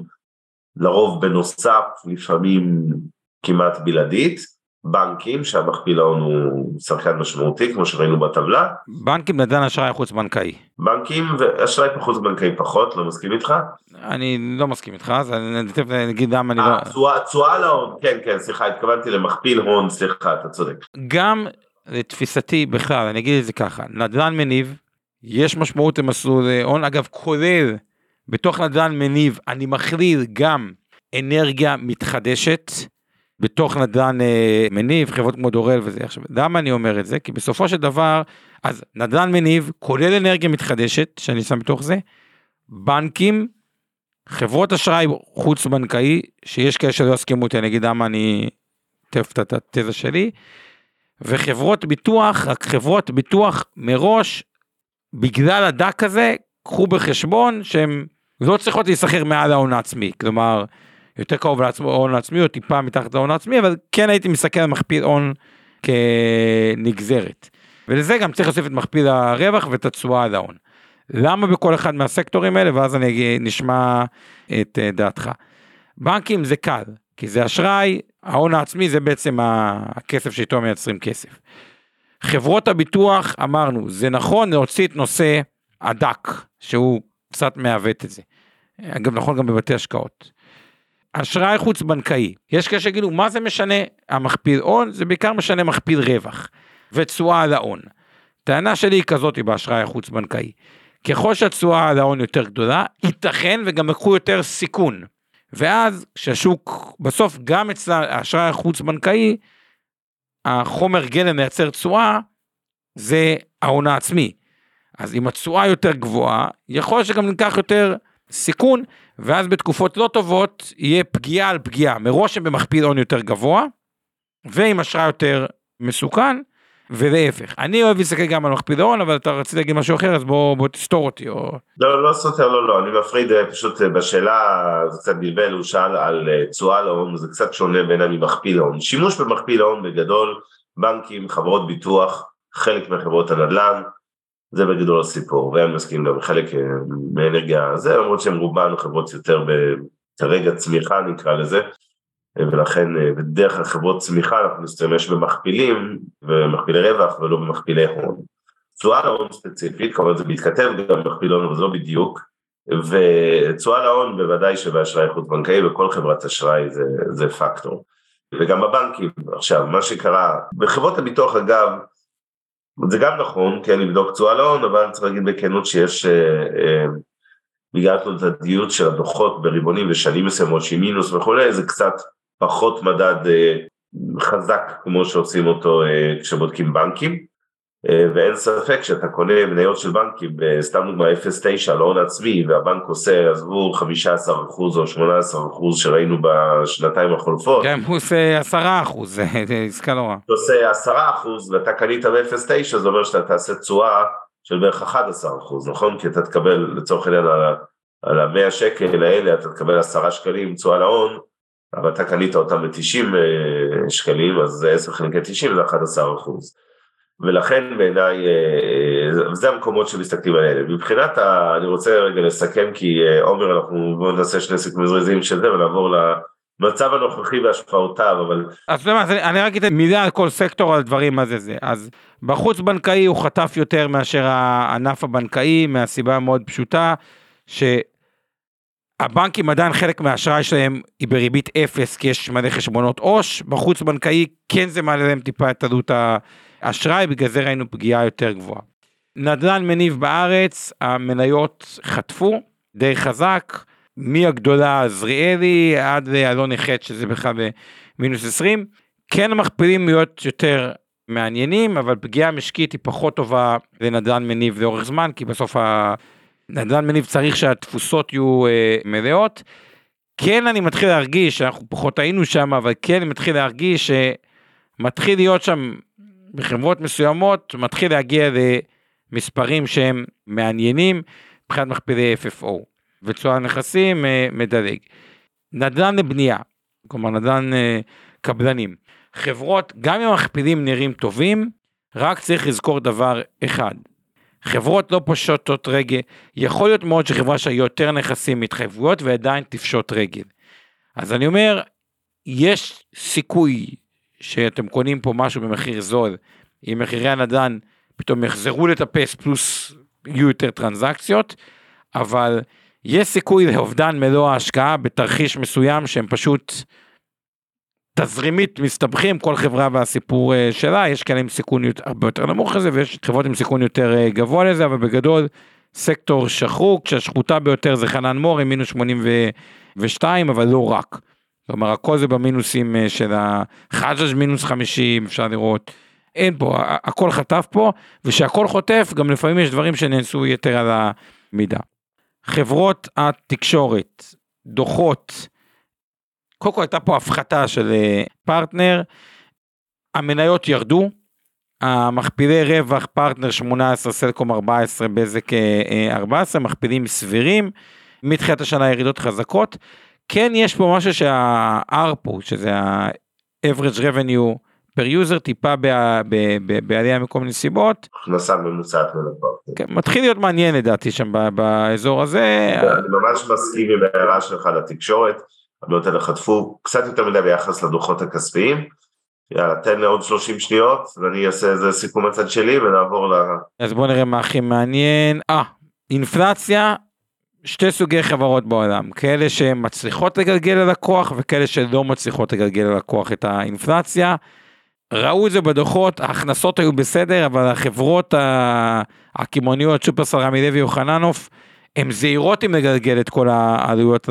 לרוב בנוסף, לפעמים כמעט בלעדית, בנקים, שהמכפיל ההון הוא שחקן משמעותי, כמו שראינו בטבלה. בנקים נדל"ן אשראי חוץ בנקאי. בנקים ואשראי חוץ בנקאי פחות, לא מסכים איתך? אני לא מסכים איתך, אז אני אגיד למה אני לא... תשואה להון, כן, כן, סליחה, התכוונתי למכפיל הון, סליחה, אתה צודק. גם לתפיסתי בכלל, אני אגיד את זה ככה, נדל"ן מניב, יש משמעות למסלול הון, אגב, כולל בתוך נדל"ן מניב, אני מכליל גם אנרגיה מתחדשת, בתוך נדל"ן מניב, חברות כמו דורל וזה. עכשיו, למה אני אומר את זה? כי בסופו של דבר, אז נדל"ן מניב, כולל אנרגיה מתחדשת, שאני שם בתוך זה, בנקים, חברות אשראי חוץ בנקאי, שיש כאלה שלא יסכימו אותי, אני אגיד למה אני תפת את התזה שלי, וחברות ביטוח, רק חברות ביטוח מראש, בגלל הדק הזה, קחו בחשבון שהן לא צריכות להיסחר מעל ההון העצמי, כלומר, יותר קרוב להון העצמי, או טיפה מתחת להון העצמי, אבל כן הייתי מסתכל על מכפיל הון כנגזרת. ולזה גם צריך להוסיף את מכפיל הרווח ואת התשואה על ההון. למה בכל אחד מהסקטורים האלה, ואז אני נשמע את דעתך. בנקים זה קל, כי זה אשראי, ההון העצמי זה בעצם הכסף שאיתו מייצרים כסף. חברות הביטוח, אמרנו, זה נכון להוציא את נושא הדק, שהוא קצת מעוות את זה. אגב, נכון גם בבתי השקעות. אשראי חוץ בנקאי, יש כאלה שגידו, מה זה משנה המכפיל הון? זה בעיקר משנה מכפיל רווח, ותשואה על ההון. טענה שלי היא כזאת באשראי החוץ בנקאי, ככל שהתשואה על ההון יותר גדולה, ייתכן וגם לקחו יותר סיכון, ואז כשהשוק, בסוף גם אצל האשראי החוץ בנקאי, החומר גלם לייצר תשואה, זה ההון העצמי, אז אם התשואה יותר גבוהה, יכול שגם ניקח יותר סיכון, ואז בתקופות לא טובות, יהיה פגיעה על פגיעה, מראש הם במכפיל הון יותר גבוה, ועם אשראי יותר מסוכן, ולהפך. אני אוהב להסתכל גם על מכפיל הון, אבל אתה רצית להגיד משהו אחר, אז בוא, בוא תסתור אותי. או... לא, לא סותר, לא, לא, אני מפריד פשוט בשאלה, זה קצת בלבל, הוא שאל על תשואה להון, זה קצת שונה בינה ממכפיל הון. שימוש במכפיל הון בגדול, בנקים, חברות ביטוח, חלק מחברות הנדל"ן, זה בגדול הסיפור, והם מסכים גם חלק מאנרגיה, זה למרות שהם רובן חברות יותר כרגע צמיחה נקרא לזה, ולכן בדרך כלל חברות צמיחה אנחנו נשתמש במכפילים, ומכפילי רווח ולא במכפילי הון. תשואה להון ספציפית, כמובן זה מתכתב גם במכפיל הון, אבל זה לא בדיוק, ותשואה להון בוודאי שבאשראי חוץ בנקאי, וכל חברת אשראי זה, זה פקטור. וגם בבנקים, עכשיו, מה שקרה, בחברות הביטוח אגב, זה גם נכון, כן, לבדוק תשואה להון, אבל אני צריך להגיד בכנות שיש, בגלל תנודתיות של הדוחות ברבעונים ושנים מסוימות, שהיא מינוס וכולי, זה קצת פחות מדד חזק כמו שעושים אותו כשבודקים בנקים, ואין ספק שאתה קונה מניות של בנקים, סתם דוגמה אפס נקודה תשע להון עצמי, והבנק עושה עזבו חמישה עשר אחוז או שמונה עשרה אחוז שראינו בשנתיים החולפות. כן, הוא עושה עשרה אחוז, זה עסקה לא רע. אתה עושה עשרה אחוז ואתה קנית ב-אפס נקודה תשע, זה אומר שאתה תעשה תשואה של בערך אחד עשר אחוז, נכון? כי אתה תקבל לצורך העניין על המאה שקל האלה אתה תקבל עשרה שקלים תשואה להון, אבל אתה קנית אותם ב-תשעים שקלים, אז זה עשר חלקי תשעים, זה אחד עשר אחוז. ולכן בעיניי, זה המקומות שמסתכלים על אלה. מבחינת, ה, אני רוצה רגע לסכם, כי עומר, אנחנו בואו נעשה שני סיכומים זריזים של זה, ונעבור למצב הנוכחי והשפעותיו, אבל... אז אני רק אתן מילה על כל סקטור על דברים מה זה זה. אז בחוץ בנקאי הוא חטף יותר מאשר הענף הבנקאי, מהסיבה המאוד פשוטה, ש... הבנקים עדיין חלק מהאשראי שלהם היא בריבית אפס, כי יש מלא חשבונות עו"ש, בחוץ בנקאי כן זה מעלה להם טיפה את עלות האשראי, בגלל זה ראינו פגיעה יותר גבוהה. נדל"ן מניב בארץ, המניות חטפו, די חזק, מהגדולה עזריאלי, עד לאלון החט, שזה בכלל במינוס עשרים, כן המכפילים להיות יותר מעניינים, אבל פגיעה משקית היא פחות טובה לנדל"ן מניב לאורך זמן, כי בסוף ה... נדל"ן מניב צריך שהתפוסות יהיו אה, מלאות. כן אני מתחיל להרגיש, שאנחנו פחות היינו שם, אבל כן אני מתחיל להרגיש שמתחיל להיות שם בחברות מסוימות, מתחיל להגיע למספרים שהם מעניינים, מבחינת מכפילי אף אף או, ותשואה נכסים אה, מדלג. נדל"ן לבנייה, כלומר נדל"ן אה, קבלנים. חברות, גם אם המכפילים נראים טובים, רק צריך לזכור דבר אחד, חברות לא פושטות רגל, יכול להיות מאוד שחברה שהיו יותר נכסים מתחייבויות ועדיין תפשוט רגל. אז אני אומר, יש סיכוי שאתם קונים פה משהו במחיר זול, אם מחירי הנדל"ן פתאום יחזרו לטפס פלוס יהיו יותר טרנזקציות, אבל יש סיכוי לאובדן מלוא ההשקעה בתרחיש מסוים שהם פשוט תזרימית מסתבכים, כל חברה והסיפור שלה, יש כאלה עם סיכון הרבה יותר נמוך לזה, ויש חברות עם סיכון יותר גבוה לזה, אבל בגדול סקטור שחוק, שהשחוטה ביותר זה חנן מור, עם מינוס שמונים ושתיים, אבל לא רק. כלומר, הכל זה במינוסים של החג'ג' מינוס חמישים, אפשר לראות, אין פה, הכל חטף פה, ושהכל חוטף, גם לפעמים יש דברים שנעשו יותר על המידה. חברות התקשורת, דוחות, קודם כל הייתה פה הפחתה של פרטנר, המניות ירדו, המכפילי רווח פרטנר שמונה עשרה, סלקום ארבע עשרה, בזק ארבע עשרה, מכפילים סבירים, מתחילת השנה ירידות חזקות, כן יש פה משהו שה-אר פי או, שזה ה-average revenue per user, טיפה בעלייה מכל מיני סיבות. הכנסה ממוצעת מלפרטנר. כן, מתחיל להיות מעניין לדעתי שם באזור הזה. אני ממש מסכים עם ההערה שלך לתקשורת, המניות האלה חטפו קצת יותר מדי ביחס לדוחות הכספיים, יאללה, תן לעוד שלושים שניות, ואני אעשה איזה סיכום הצד שלי, ונעבור ל... אז בואו נראה מה הכי מעניין. אה, אינפלציה, שתי סוגי חברות בעולם, כאלה שמצליחות לגלגל ללקוח, וכאלה שלא מצליחות לגלגל ללקוח את האינפלציה, ראו את זה בדוחות, ההכנסות היו בסדר, אבל החברות הכימוניות, שופרסל, רמי לוי, יוחננוף, הן זהירות עם לגלגל את כל העלויות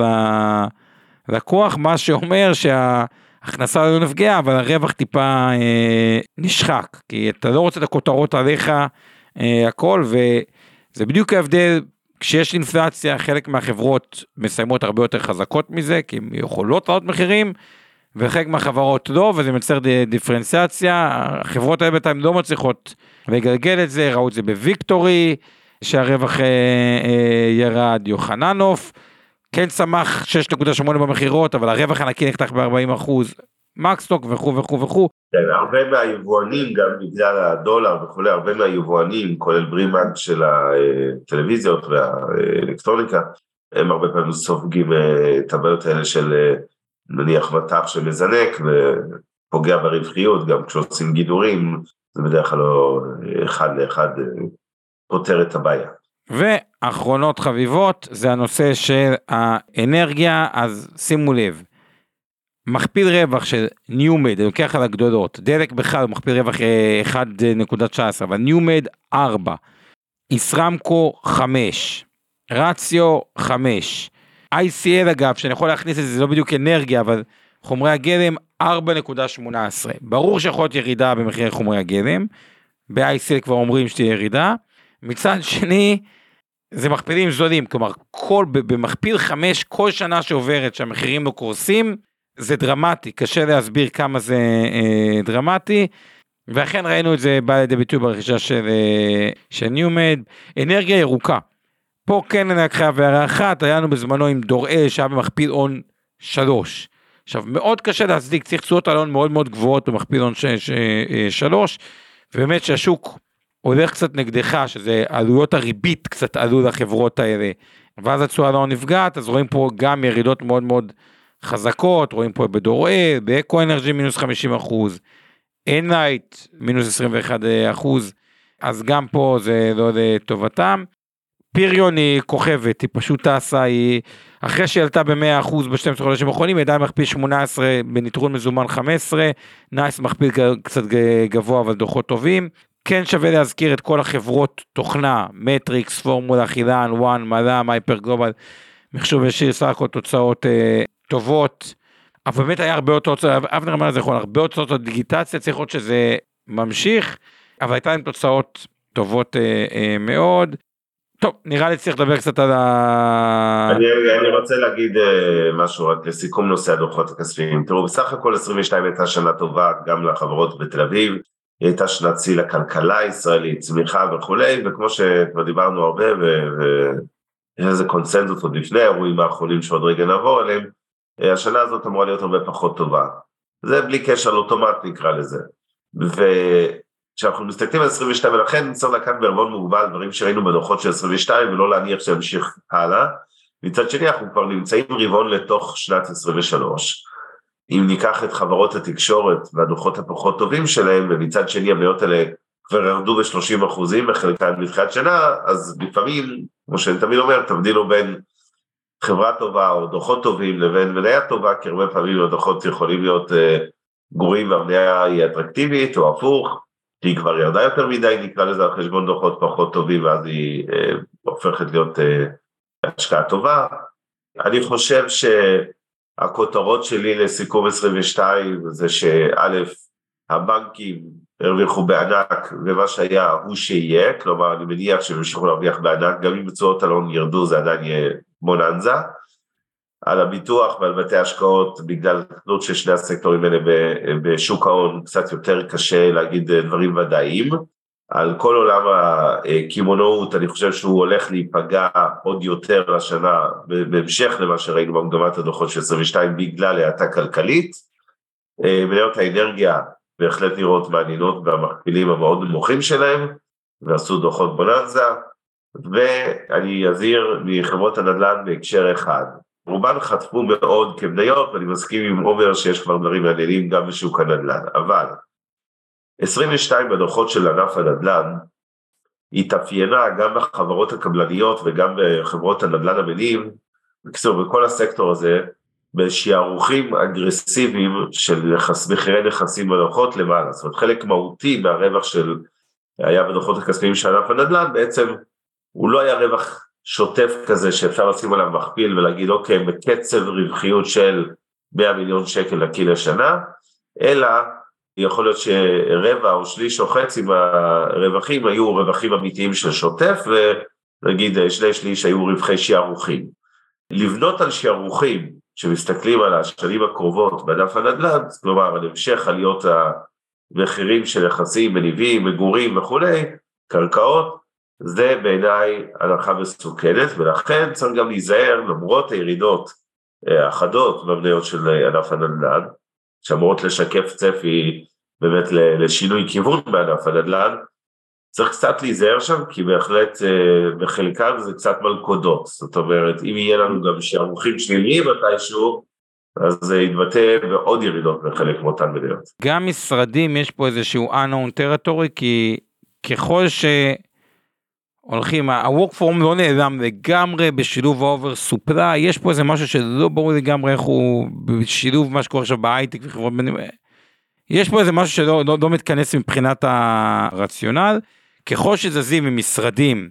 ללקוח, מה שאומר שההכנסה לא נפגעה, אבל הרווח טיפה אה, נשחק, כי אתה לא רוצה את הכותרות עליך, אה, הכל, וזה בדיוק ההבדל, כשיש אינפלציה, חלק מהחברות מסיימות הרבה יותר חזקות מזה, כי הן יכולות לעלות מחירים, וחלק מהחברות לא, וזה מצר דיפרנציאציה, החברות האלה בינתיים לא מצליחות לגלגל את זה, ראו את זה בוויקטורי, שהרווח אה, אה, ירד, יוחננוף, כן צמח שש נקודה שמונה במחירות, אבל הרווח הנקי נחתך ב-ארבעים אחוז, מקסטוק וכו' וכו' וכו'. כן, הרבה מהיבואנים, גם בגלל הדולר וכו', הרבה מהיבואנים, כולל ברימאג של הטלוויזיות והאלקטרוניקה, הם הרבה פעמים סופגים את הבעיות האלה של נניח מטח שמזנק ופוגע ברווחיות, גם כשעושים גידורים, זה בדרך כלל לא אחד לאחד פותר את הבעיה. ואחרונות חביבות, זה הנושא של האנרגיה, אז שימו לב, מכפיל רווח של ניומד, לוקח על הגדולות, דלק בכלל מכפיל רווח אחת נקודה תשע עשרה, אבל ניומד ארבע, ישרמקו חמש, רציו חמש, איי סי אל אגב, שאני יכול להכניס את זה, זה לא בדיוק אנרגיה, אבל חומרי הגלם ארבע נקודה שמונה עשרה, ברור שיכול להיות ירידה במחירי חומרי הגלם, ב-איי סי אל כבר אומרים שתהיה ירידה, מצד שני, זה מכפילים זולים, כלומר, כל, במכפיל חמש, כל שנה שעוברת שהמחירים לא קורסים, זה דרמטי, קשה להסביר כמה זה אה, דרמטי, ואכן ראינו את זה בא לידי ביטוי ברכישה של, אה, של ניומד, אנרגיה ירוקה, פה כן אני אקחה הערה אחת, היה לנו בזמנו עם דוראל שהיה במכפיל הון שלוש. עכשיו, מאוד קשה להצדיק, צריך תשואות על הון מאוד מאוד גבוהות במכפיל הון שלוש, ובאמת שהשוק הולך קצת נגדך, שזה עלויות הריבית קצת עלו לחברות האלה, ואז התשואה על ההון נפגעת, אז רואים פה גם ירידות מאוד מאוד חזקות, רואים פה בדוראל, באקו אנרג'י מינוס חמישים אחוז, אנלייט מינוס עשרים ואחד אחוז, אז גם פה זה לא לטובתם. פיריון היא כוכבת, היא פשוט טסה, היא אחרי שהיא עלתה ב-מאה אחוז ב-שנים עשר חודשים האחרונים, היא עדיין מכפיל שמונה עשרה, בניטרול מזומן חמש עשרה, נייס מכפיל קצת גבוה, אבל דוחות טובים. כן שווה להזכיר את כל החברות תוכנה, מטריקס, פורמולה, חילן, וואן, מלאם, הייפר גלובל, מחשוב ישיר, סך הכל תוצאות אה, טובות, אבל באמת היה הרבה הוצאות, אבנר אמר לזה יכול, הרבה הוצאות דיגיטציה, צריך לראות שזה ממשיך, אבל הייתה עם תוצאות טובות אה, אה, מאוד. טוב, נראה לי צריך לדבר קצת על ה... אני, אני רוצה להגיד uh, משהו רק לסיכום נושא הדוחות הכספיים. תראו, בסך הכל עשרים ושתיים הייתה שנה טובה גם לחברות בתל אביב, היא הייתה שנת שיא לכלכלה הישראלית, צמיחה וכולי, וכמו שכבר דיברנו הרבה, ויש איזה קונסנזוס עוד לפני האירועים האחרונים שעוד רגע נעבור עליהם, השנה הזאת אמורה להיות הרבה פחות טובה. זה בלי קשר לאוטומט נקרא לזה. ו... כשאנחנו מסתכלים על עשרים ושתיים, ולכן צריך לקחת בערבון מוגבל דברים שראינו בדוחות של עשרים ושתיים, ולא להניח שימשיך הלאה. מצד שני, אנחנו כבר נמצאים רבעון לתוך שנת עשרים ושלוש. אם ניקח את חברות התקשורת והדוחות הפחות טובים שלהם, ומצד שני המניות האלה כבר ירדו ב-שלושים אחוזים בחלקן בתחילת שנה, אז לפעמים, כמו שאני תמיד אומר, תבדילו בין חברה טובה או דוחות טובים לבין מניה טובה, כי הרבה פעמים הדוחות יכולים להיות uh, גרועים והמניה היא אטרקטיבית או הפוך, כי היא כבר ירדה יותר מדי, נקרא לזה על חשבון דוחות פחות טובים, ואז היא אה, הופכת להיות אה, השקעה טובה. אני חושב שהכותרות שלי לסיכום עשרים ושתיים, זה שא', הבנקים הרוויחו בענק, ומה שהיה הוא שיהיה, כלומר אני מניח שהם ימשיכו להרוויח בענק, גם אם תשואות על ההון ירדו, זה עדיין יהיה בוננזה. על הביטוח ועל בתי השקעות, בגלל התלות של שני הסקטורים האלה בשוק ההון, קצת יותר קשה להגיד דברים ודאיים. על כל עולם הכימונאות, אני חושב שהוא הולך להיפגע עוד יותר השנה, בהמשך למה שראינו במגמת הדוחות של עשרים ושתיים, בגלל האטה כלכלית. מניות האנרגיה בהחלט נראות מעניינות במכפילים המאוד נמוכים שלהם, ועשו דוחות בוננזה, ואני אזהיר מחברות הנדל"ן בהקשר אחד. רובן חטפו מאוד כמניות, ואני מסכים עם עומר שיש כבר דברים מעניינים גם בשוק הנדל"ן, אבל עשרים ושתיים בדוחות של ענף הנדל"ן, התאפיינה גם בחברות הקבלניות וגם בחברות הנדל"ן המניב, בקיצור בכל הסקטור הזה, בשערוכים אגרסיביים של מחירי נכסים בדוחות למעלה, זאת אומרת חלק מהותי מהרווח של, היה בדוחות הכספיים של ענף הנדל"ן, בעצם הוא לא היה רווח שוטף כזה שאפשר לשים עליו מכפיל ולהגיד אוקיי, בקצב רווחיות של מאה מיליון שקל לקיל לשנה, אלא יכול להיות שרבע או שליש או חצי מהרווחים היו רווחים אמיתיים של שוטף, ונגיד שני שליש היו רווחי שערוכים. לבנות על שערוכים שמסתכלים על השנים הקרובות בענף הנדל"ן, כלומר על המשך עליות המחירים של יחסים, מניבים, מגורים וכו', קרקעות, זה בעיניי הנחה מסוכנת, ולכן צריך גם להיזהר למרות הירידות האחדות במניות של ענף הנדל"ן, שאמורות לשקף צפי באמת לשינוי כיוון בענף הנדל"ן, צריך קצת להיזהר שם, כי בהחלט בחלקם זה קצת מלכודות, זאת אומרת, אם יהיה לנו גם שערוכים שליליים מתישהו, אז זה יתבטא בעוד ירידות בחלק מאותן מניות. גם משרדים יש פה איזשהו unknown territory, כי ככל ש... הולכים, ה-work from לא נעלם לגמרי בשילוב ה-over supply, יש פה איזה משהו שלא ברור לגמרי איך הוא, בשילוב מה שקורה עכשיו בהייטק וחברות בנים, יש פה איזה משהו שלא לא, לא מתכנס מבחינת הרציונל, ככל שזזים ממשרדים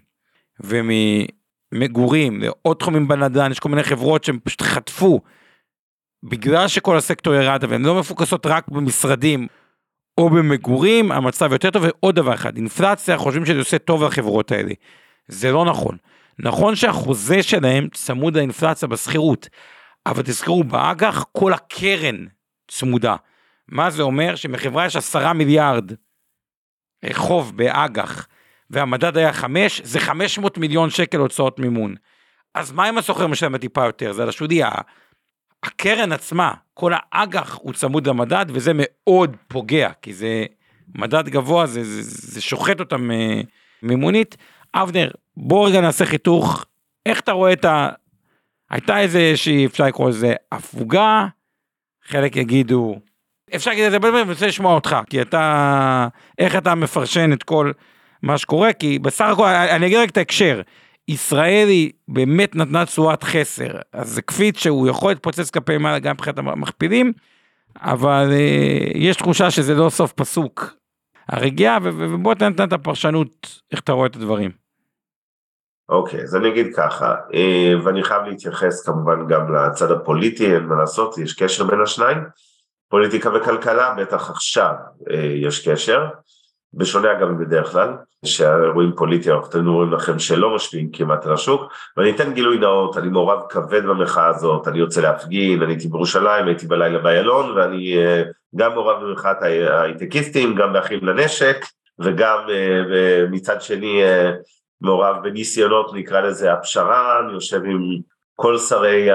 וממגורים, לעוד תחומים בנדל"ן, יש כל מיני חברות שהם פשוט חטפו, בגלל שכל הסקטור ירד, והן לא מפוקסות רק במשרדים, או במגורים, המצב יותר טוב, ועוד דבר אחד, אינפלציה, חושבים שזה עושה טוב לחברות האלה. זה לא נכון. נכון שהחוזה שלהם צמוד לאינפלציה בסחירות, אבל תזכרו, באג"ח כל הקרן צמודה. מה זה אומר? שמחברה יש עשרה מיליארד חוב באג"ח, והמדד היה חמש, זה חמש מאות מיליון שקל הוצאות מימון. אז מה אם הסוחר משלם טיפה יותר? זה על השודי, הקרן עצמה, כל האג"ח הוא צמוד למדד, וזה מאוד פוגע, כי זה מדד גבוה, זה, זה, זה שוחט אותם מימונית. אבנר, בוא רגע נעשה חיתוך, איך אתה רואה את ה... הייתה איזה שהיא, אפשר לקרוא לזה, הפוגה, חלק יגידו, אפשר להגיד את זה, אני רוצה לשמוע אותך, כי אתה, איך אתה מפרשן את כל מה שקורה, כי בסך הכל, אני אגיד רק את ההקשר, ישראל היא באמת נתנה תשואת חסר, אז זה קפיץ שהוא יכול להתפוצץ כלפי מעלה גם מבחינת המכפילים, אבל אה, יש תחושה שזה לא סוף פסוק הרגיעה, ובוא תנתן את הפרשנות, איך אתה רואה את הדברים. אוקיי, אז אני אגיד ככה, ואני חייב להתייחס כמובן גם לצד הפוליטי, אין מה לעשות, יש קשר בין השניים, פוליטיקה וכלכלה, בטח עכשיו יש קשר, בשונה אגב בדרך כלל, שהאירועים פוליטיים, אנחנו אומרים לכם שלא משפיעים כמעט על השוק, ואני אתן גילוי נאות, אני מעורב כבד במחאה הזאת, אני יוצא להפגין, אני הייתי בירושלים, הייתי בלילה באיילון, ואני גם מעורב במחאת ההייטקיסטים, גם באחים לנשק, וגם מצד שני מעורב בניסיונות, נקרא לזה הפשרה, אני יושב עם כל שרי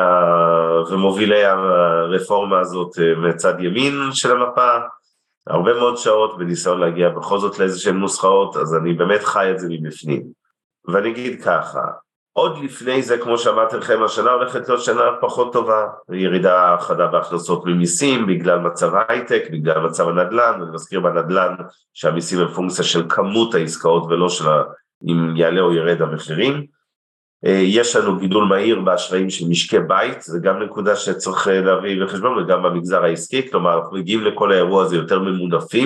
ומובילי הרפורמה הזאת מצד ימין של המפה, הרבה מאוד שעות בניסיון להגיע בכל זאת לאיזושהי נוסחאות, אז אני באמת חי את זה מבפנים. ואני אגיד ככה, עוד לפני זה, כמו שאמרתי לכם, השנה הולכת להיות שנה פחות טובה, ירידה חדה בהכנסות ממיסים, בגלל מצב הייטק, בגלל מצב הנדל"ן, ואני מזכיר בנדל"ן שהמיסים הם פונקציה של כמות העסקאות ולא של אם יעלה או ירד המחירים. יש לנו גידול מהיר באשראים של משקי בית, זה גם נקודה שצריך להביא בחשבון, וגם במגזר העסקי, כלומר אנחנו מגיעים לכל האירוע הזה יותר ממונפים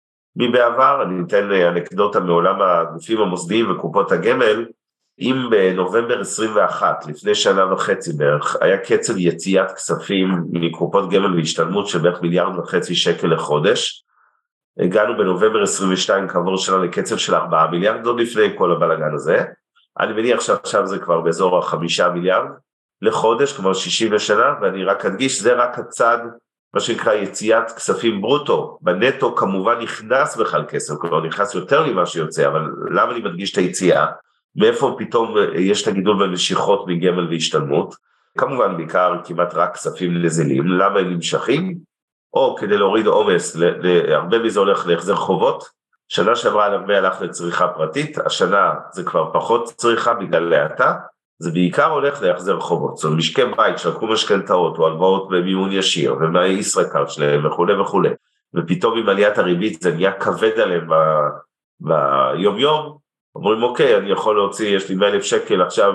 מבעבר. אני אתן אנקדוטה מעולם הגופים המוסדיים וקופות הגמל, אם בנובמבר עשרים ואחת, לפני שנה וחצי בערך, היה קצב יציאת כספים מקופות גמל והשתלמות של בערך מיליארד וחצי שקל לחודש, הגענו בנובמבר עשרים ושתיים כעבור שנה לקצב של ארבעה מיליארד, עוד לפני כל הבלגן הזה, אני מניח שעכשיו זה כבר באזור החמישה מיליארד לחודש, כבר שישים לשנה, ואני רק אדגיש, זה רק הצד, מה שנקרא יציאת כספים ברוטו, בנטו כמובן נכנס בכלל כסף, כלומר נכנס יותר ממה שיוצא, אבל למה אני מדגיש את היציאה? מאיפה פתאום יש את הגידול במשיכות מגמל והשתלמות? כמובן בעיקר כמעט רק כספים נזילים, למה הם נמשכים? או כדי להוריד עומס, הרבה מזה הולך להחזר חובות, שנה שעברה הרבה הלך לצריכה פרטית, השנה זה כבר פחות צריכה בגלל להטה, זה בעיקר הולך להחזר חובות, זאת אומרת משקי בית שלקחו משכנתאות או הלוואות במימון ישיר, ומהישראכרט שלהם וכו' וכו', ופתאום עם עליית הריבית זה נהיה כבד עליהם ביום יום, אומרים אוקיי, אני יכול להוציא, יש לי מאה אלף שקל עכשיו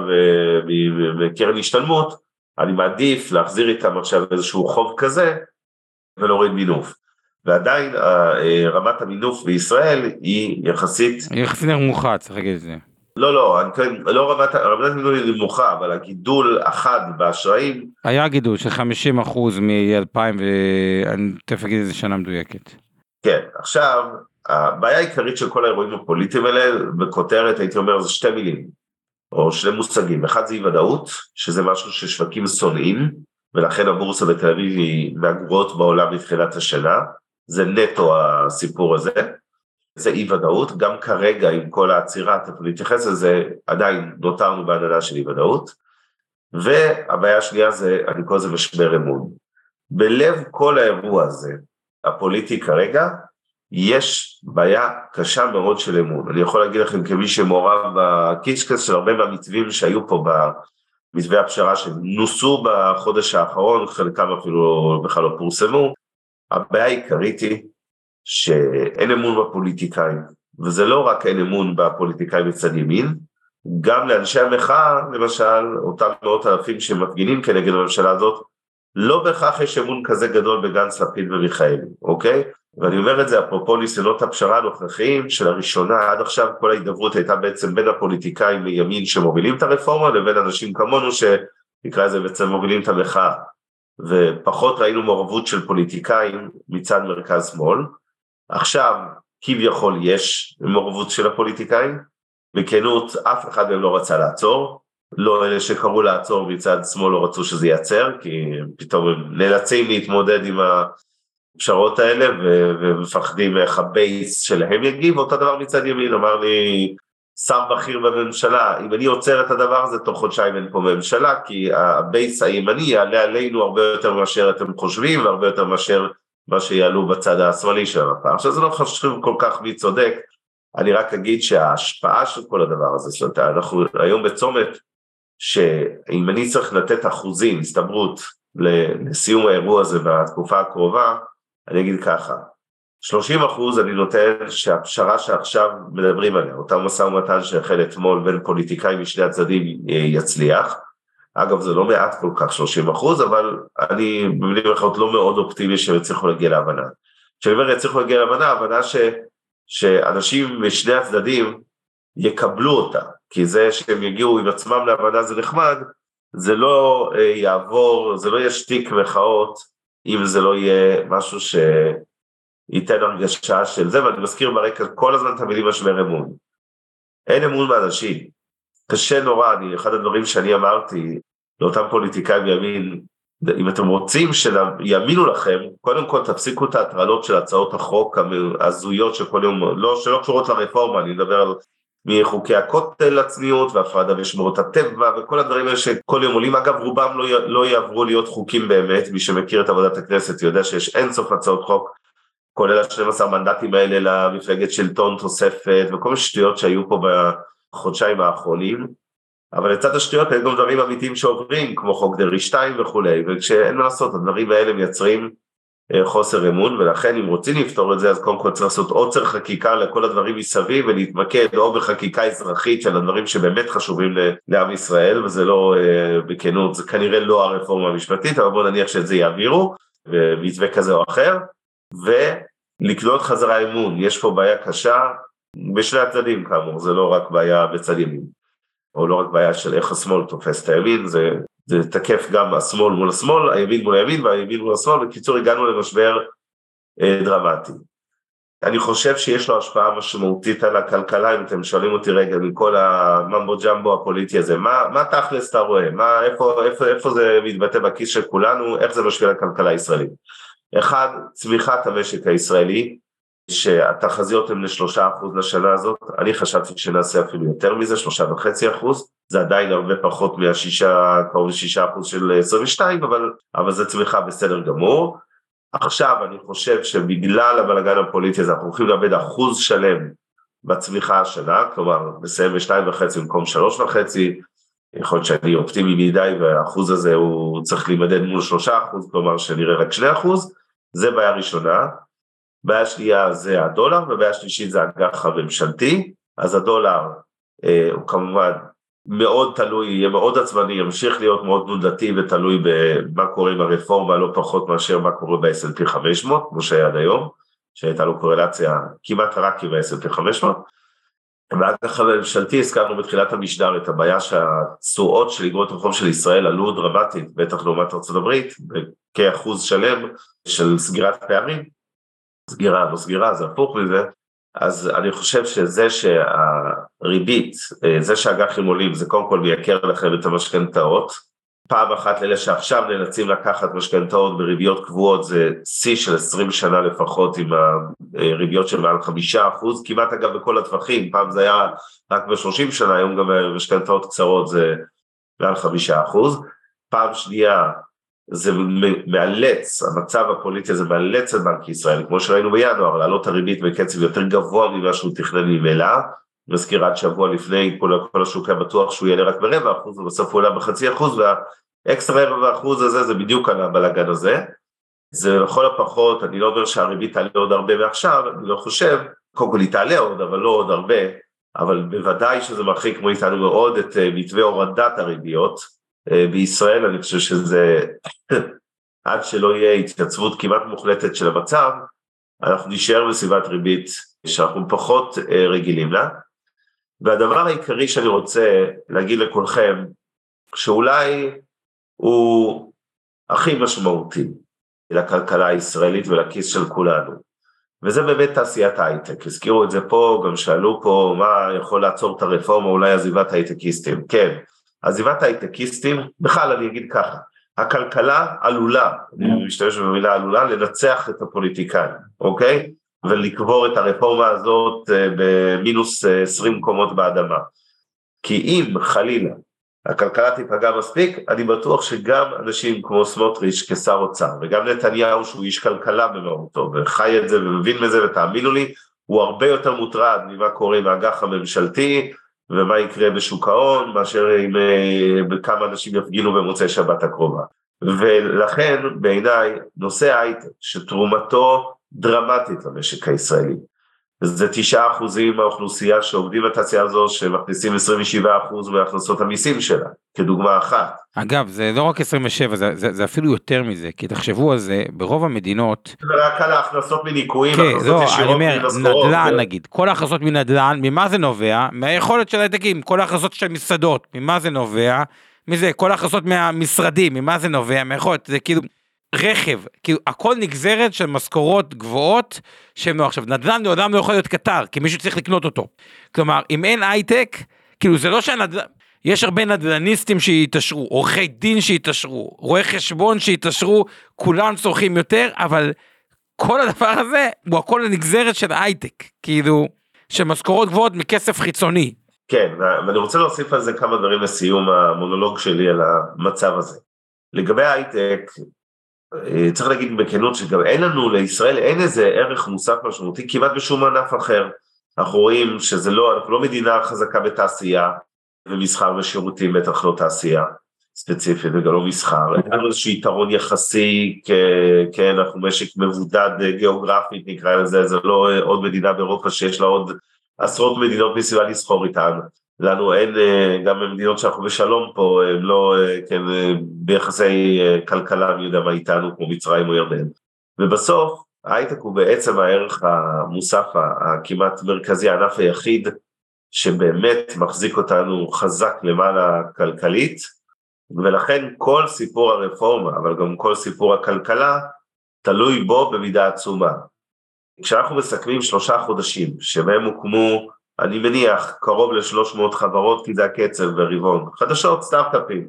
מקרן השתלמות, אני מעדיף להחזיר איתם עכשיו איזשהו חוב כזה, ולהוריד מינוף. ועדיין רמת המינוף בישראל היא יחסית... היא יחסית נמוכה, צריך להגיד את זה. לא, לא, לא רמת, רמת המינוף היא נמוכה, אבל הגידול אחד באשראים... היה גידול של חמישים אחוז מ-אלפיים, ואני תכף אגיד איזה שנה מדויקת. כן, עכשיו, הבעיה העיקרית של כל האירועים הפוליטיים האלה, בכותרת הייתי אומר, זה שתי מילים, או שני מושגים. אחד זה אי ודאות, שזה משהו ששווקים שונאים, ולכן הבורסה בתל אביב היא מהגרועות בעולם מתחילת השנה, זה נטו הסיפור הזה, זה אי ודאות, גם כרגע עם כל העצירה, אתה להתייחס לזה, עדיין נותרנו בעננה של אי ודאות, והבעיה השנייה זה, אני קורא לזה משבר אמון. בלב כל האירוע הזה, הפוליטי כרגע, יש בעיה קשה מאוד של אמון. אני יכול להגיד לכם כמי שמעורב בקישקס של הרבה מהמתווים שהיו פה במתווה הפשרה שנוסו בחודש האחרון, חלקם אפילו בכלל לא פורסמו, הבעיה העיקרית היא שאין אמון בפוליטיקאים, וזה לא רק אין אמון בפוליטיקאים מצד ימין, גם לאנשי המחאה, למשל, אותם מאות אלפים שמפגינים כנגד הממשלה הזאת, לא בהכרח יש אמון כזה גדול בגנץ, לפיד ומיכאלי, אוקיי? ואני אומר את זה אפרופו ניסיונות הפשרה הנוכחיים, שלראשונה עד עכשיו כל ההידברות הייתה בעצם בין הפוליטיקאים מימין שמובילים את הרפורמה, לבין אנשים כמונו שנקרא לזה בעצם מובילים את המחאה. ופחות ראינו מעורבות של פוליטיקאים מצד מרכז שמאל. עכשיו כביכול יש מעורבות של הפוליטיקאים, בכנות אף אחד מהם לא רצה לעצור, לא אלה שקראו לעצור מצד שמאל לא רצו שזה ייעצר, כי פתאום הם נאלצים להתמודד עם הפשרות האלה, ומפחדים איך הבייס שלהם יגיב. אותו דבר מצד ימין, אמר לי שר בכיר בממשלה, אם אני עוצר את הדבר הזה, תוך חודשיים אין פה ממשלה, כי הבייס הימני יעלה עלינו הרבה יותר מאשר אתם חושבים, והרבה יותר מאשר מה שיעלו בצד השמאלי של המפה. עכשיו זה לא חשוב כל כך מי צודק, אני רק אגיד שההשפעה של כל הדבר הזה, זאת אומרת, אנחנו היום בצומת, שאם אני צריך לתת אחוזים, הסתברות, לסיום האירוע הזה בתקופה הקרובה, אני אגיד ככה, שלושים אחוז אני נותן שהפשרה שעכשיו מדברים עליה, אותה משא ומתן שהחל אתמול בין פוליטיקאים משני הצדדים יצליח, אגב זה לא מעט כל כך שלושים אחוז, אבל אני במילים אחרות לא מאוד אופטימי שהם יצליחו להגיע להבנה. כשאני אומר יצליחו להגיע להבנה, הבנה ש, שאנשים משני הצדדים יקבלו אותה, כי זה שהם יגיעו עם עצמם להבנה זה נחמד, זה לא יעבור, זה לא ישתיק מחאות, אם זה לא יהיה משהו שייתן הרגשה של זה, ואני מזכיר ברקע כל הזמן את המילים משבר אמון. אין אמון באנשים, קשה נורא, אני, אחד הדברים שאני אמרתי לאותם פוליטיקאים ימין, אם אתם רוצים שיאמינו לכם, קודם כל תפסיקו את ההטרלות של הצעות החוק הזויות שכל יום, לא, שלא קשורות לרפורמה, אני מדבר על מחוקי הכותל הצניעות והפרדה ושמורות הטבע וכל הדברים האלה שכל יום עולים, אגב רובם לא, לא יעברו להיות חוקים באמת, מי שמכיר את עבודת הכנסת יודע שיש אין סוף הצעות חוק, כולל ה-שנים עשר מנדטים האלה למפלגת שלטון תוספת וכל מיני שטויות שהיו פה בחודשיים האחרונים, אבל לצד השטויות היו גם דברים אמיתיים שעוברים כמו חוק דרעי שתיים וכולי, וכשאין מה לעשות הדברים האלה מייצרים חוסר אמון, ולכן אם רוצים לפתור את זה, אז קודם כל צריך לעשות עוצר חקיקה לכל הדברים מסביב, ולהתמקד או בחקיקה אזרחית של הדברים שבאמת חשובים לעם ישראל, וזה לא בכנות, זה כנראה לא הרפורמה המשפטית, אבל בוא נניח שאת זה יעבירו, ומתווה כזה או אחר, ולקנות חזרה אמון. יש פה בעיה קשה בשני הצדדים כאמור, זה לא רק בעיה בצד ימין, או לא רק בעיה של איך השמאל תופס את הימין, זה זה תקף גם השמאל מול השמאל, הימין מול הימין והימין מול השמאל, בקיצור הגענו למשבר אה, דרמטי. אני חושב שיש לו השפעה משמעותית על הכלכלה, אם אתם שואלים אותי רגע מכל הממבו ג'מבו הפוליטי הזה, מה, מה תכלס אתה רואה, מה, איפה, איפה, איפה זה מתבטא בכיס של כולנו, איך זה משפיע על הכלכלה הישראלית. אחד, צמיחת המשק הישראלי, שהתחזיות הן לשלושה אחוז לשנה הזאת, אני חשבתי שנעשה אפילו יותר מזה, שלושה וחצי אחוז, זה עדיין הרבה פחות מהשישה, קרוב לשישה אחוז של עשרים ושתיים, אבל, אבל זה צמיחה בסדר גמור. עכשיו אני חושב שבגלל הבלגן הפוליטי הזה, אנחנו הולכים לאבד אחוז שלם בצמיחה השנה, כלומר, נסיים בשתיים וחצי במקום שלוש וחצי, יכול להיות שאני אופטימי מדי, והאחוז הזה הוא צריך להימדד מול שלושה אחוז, כלומר שנראה רק שני אחוז, זה בעיה ראשונה. בעיה שנייה זה הדולר, ובעיה שלישית זה האג"ח הממשלתי, אז הדולר אה, הוא כמובן מאוד תלוי, יהיה מאוד עצבני, ימשיך להיות מאוד נודתי ותלוי במה קורה עם הרפורמה, לא פחות מאשר מה קורה ב-אס אנד פי חמש מאות, כמו שהיה עד היום, שהייתה לו קורלציה כמעט רק עם ה-אס אנד פי חמש מאות, והאג"ח הממשלתי הזכרנו בתחילת המשדר את הבעיה שהתשואות של אגרות החוב של ישראל עלו דרמטית, בטח לעומת ארצות הברית, כאחוז שלם של סגירת פערים, סגירה, לא סגירה, זה הפוך מזה, אז אני חושב שזה שהריבית, זה שהאג"חים עולים, זה קודם כל מייקר לכם את המשכנתאות, פעם אחת לאלה שעכשיו נאלצים לקחת משכנתאות בריביות קבועות, זה שיא של עשרים שנה לפחות עם הריביות של מעל חמישה אחוז, כמעט אגב בכל הטווחים, פעם זה היה רק ב-שלושים שנה, היום גם משכנתאות קצרות זה מעל חמישה אחוז, פעם שנייה, זה מאלץ, המצב הפוליטי הזה מאלץ את בנק ישראל, כמו שראינו בינואר, לעלות הריבית בקצב יותר גבוה ממה שהוא תכנן ממילא, מזכיר עד שבוע לפני, כל, כל השוק היה בטוח שהוא יעלה רק ברבע אחוז, ובסוף הוא עלה בחצי אחוז, והאקסטרה רבע אחוז הזה, זה בדיוק על הבלגן הזה, זה לכל הפחות, אני לא אומר שהריבית תעלה עוד הרבה מעכשיו, אני לא חושב, קודם כל היא תעלה עוד, אבל לא עוד הרבה, אבל בוודאי שזה מרחיק מאיתנו מאוד את מתווה הורדת הריביות, בישראל אני חושב שזה, עד שלא יהיה התייצבות כמעט מוחלטת של המצב, אנחנו נשאר בסביבת ריבית שאנחנו פחות רגילים לה, והדבר העיקרי שאני רוצה להגיד לכולכם, שאולי הוא הכי משמעותי לכלכלה הישראלית ולכיס של כולנו, וזה באמת תעשיית ההייטק, הזכירו את זה פה, גם שאלו פה מה יכול לעצור את הרפורמה, אולי עזיבת ההייטקיסטים, כן, עזיבת ההייטקיסטים, בכלל אני אגיד ככה, הכלכלה עלולה, אני משתמש במילה עלולה, לנצח את הפוליטיקאים, אוקיי? ולקבור את הרפורמה הזאת במינוס עשרים קומות באדמה. כי אם חלילה הכלכלה תיפגע מספיק, אני בטוח שגם אנשים כמו סמוטריץ' כשר אוצר, וגם נתניהו שהוא איש כלכלה במהותו, וחי את זה ומבין מזה, ותאמינו לי, הוא הרבה יותר מוטרד ממה קורה עם האג"ח הממשלתי, ומה יקרה בשוק ההון, מאשר עם כמה אנשים יפגינו במוצאי שבת הקרובה. ולכן בעיניי נושא הייטק, שתרומתו דרמטית למשק הישראלי, זה תשעה אחוזים מהאוכלוסייה שעובדים בתעשייה הזו, שמכניסים עשרים ושבעה אחוז מהכנסות המיסים שלה, כדוגמה אחת. אגב, זה לא רק עשרים ושבע, זה, זה, זה אפילו יותר מזה, כי תחשבו על זה, ברוב המדינות... זה רק על ההכנסות מניקויים, כן, הכנסות לא, ישירות ממשכורות. נדל"ן נגיד, כל ההכנסות מנדל"ן, ממה זה נובע? מהיכולת של הייטקים, כל ההכנסות של מסעדות, ממה זה נובע? מזה, כל ההכנסות מהמשרדים, ממה זה נובע? מהיכולת, זה כאילו... רכב, כאילו הכל נגזרת של משכורות גבוהות, שהם לא עכשיו, נדל"ן לעולם לא יכול להיות קטר, כי מישהו צריך לקנות אותו, כלומר, אם אין הייטק, כאילו זה לא שהנדל"ן, יש הרבה נדל"ניסטים שיתעשרו, עורכי דין שיתעשרו, רואי חשבון שיתעשרו, כולם צורכים יותר, אבל כל הדבר הזה, הוא הכל נגזרת של הייטק, כאילו, של משכורות גבוהות מכסף חיצוני. כן, ואני רוצה להוסיף על זה כמה דברים לסיום המונולוג שלי על המצב הזה. לגבי הייטק, צריך להגיד בכנות שגם אין לנו לישראל, אין איזה ערך מוסף משמעותי, כמעט בשום ענף אחר. אנחנו רואים שזה לא, אנחנו לא מדינה חזקה בתעשייה, ומסחר ושירותים, בטח לא תעשייה ספציפית, וגם לא מסחר. אין לנו איזשהו יתרון יחסי, כן, אנחנו משק מבודד גיאוגרפית, נקרא לזה, זה לא עוד מדינה באירופה שיש לה עוד עשרות מדינות מסביבה לסחור איתן. לנו אין, גם במדינות שאנחנו בשלום פה, הם לא, כן, ביחסי כלכלה, אני יודע מה איתנו, כמו מצרים או ירדן. ובסוף, ההייטק הוא בעצם הערך המוסף, הכמעט מרכזי, הענף היחיד, שבאמת מחזיק אותנו חזק למעלה כלכלית, ולכן כל סיפור הרפורמה, אבל גם כל סיפור הכלכלה, תלוי בו במידה עצומה. כשאנחנו מסכמים שלושה חודשים, שבהם הוקמו, אני מניח קרוב ל-שלוש מאות חברות, כי זה הקצב ברבעון, חדשות, סטארט-אפים,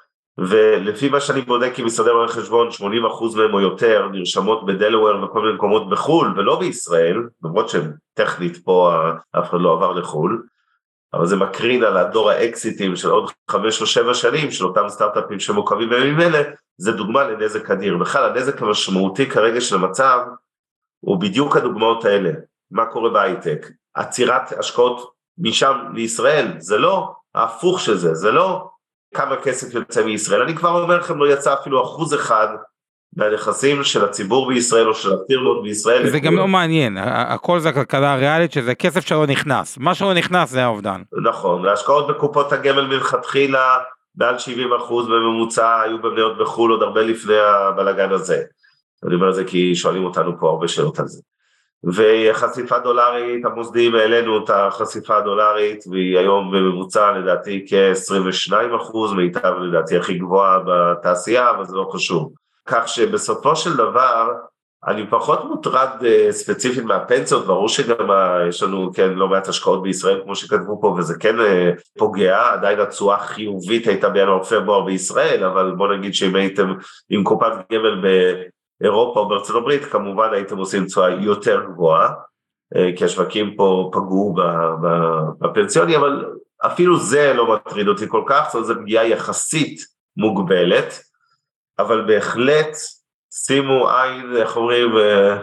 ולפי מה שאני בודק עם משרדי רואי חשבון, שמונים אחוז מהם או יותר נרשמות בדלוור וכל מיני מקומות בחול, ולא בישראל, למרות שהם טכנית פה, אף אחד לא עבר לחול, אבל זה מקרין על הדור האקסיטים של עוד חמש או שבע שנים, של אותם סטארט-אפים שמוקמים בימים אלה, זה דוגמה לנזק אדיר. בכלל, הנזק המשמעותי כרגע של המצב, הוא בדיוק הדוגמאות האלה. מה קורה בהייטק? עצירת השקעות משם לישראל, זה לא ההפוך של זה, זה לא כמה כסף יוצא מישראל. אני כבר אומר לכם, לא יצא אפילו אחוז אחד מהנכסים של הציבור בישראל או של הפירמות בישראל. זה גם לא מעניין, הכל זה הכלכלה הריאלית, שזה כסף שלא נכנס, מה שלא נכנס זה האובדן. נכון, ההשקעות בקופות הגמל מלכתחילה, מעל שבעים אחוז בממוצע, היו במניות בחול עוד הרבה לפני הבלגן הזה. אני אומר את זה כי שואלים אותנו פה הרבה שאלות על זה. וחשיפה דולרית, המוסדים העלינו את החשיפה הדולרית, והיא היום בממוצע לדעתי כ-עשרים ושניים אחוז, מיטב לדעתי הכי גבוהה בתעשייה, אבל זה לא חשוב. כך שבסופו של דבר, אני פחות מוטרד ספציפית מהפנסיות, ברור שגם יש לנו כן לא מעט השקעות בישראל, כמו שכתבו פה, וזה כן פוגע, עדיין התשואה חיובית הייתה בינואר פברואר בישראל, אבל בוא נגיד שאם הייתם עם קופת גמל באירופה או בארצות הברית, כמובן הייתם עושים תשואה יותר גבוהה, כי השווקים פה פגעו בפנסיוני, אבל אפילו זה לא מטריד אותי כל כך, זאת אומרת, זו פגיעה יחסית מוגבלת, אבל בהחלט שימו עין, איך אומרים,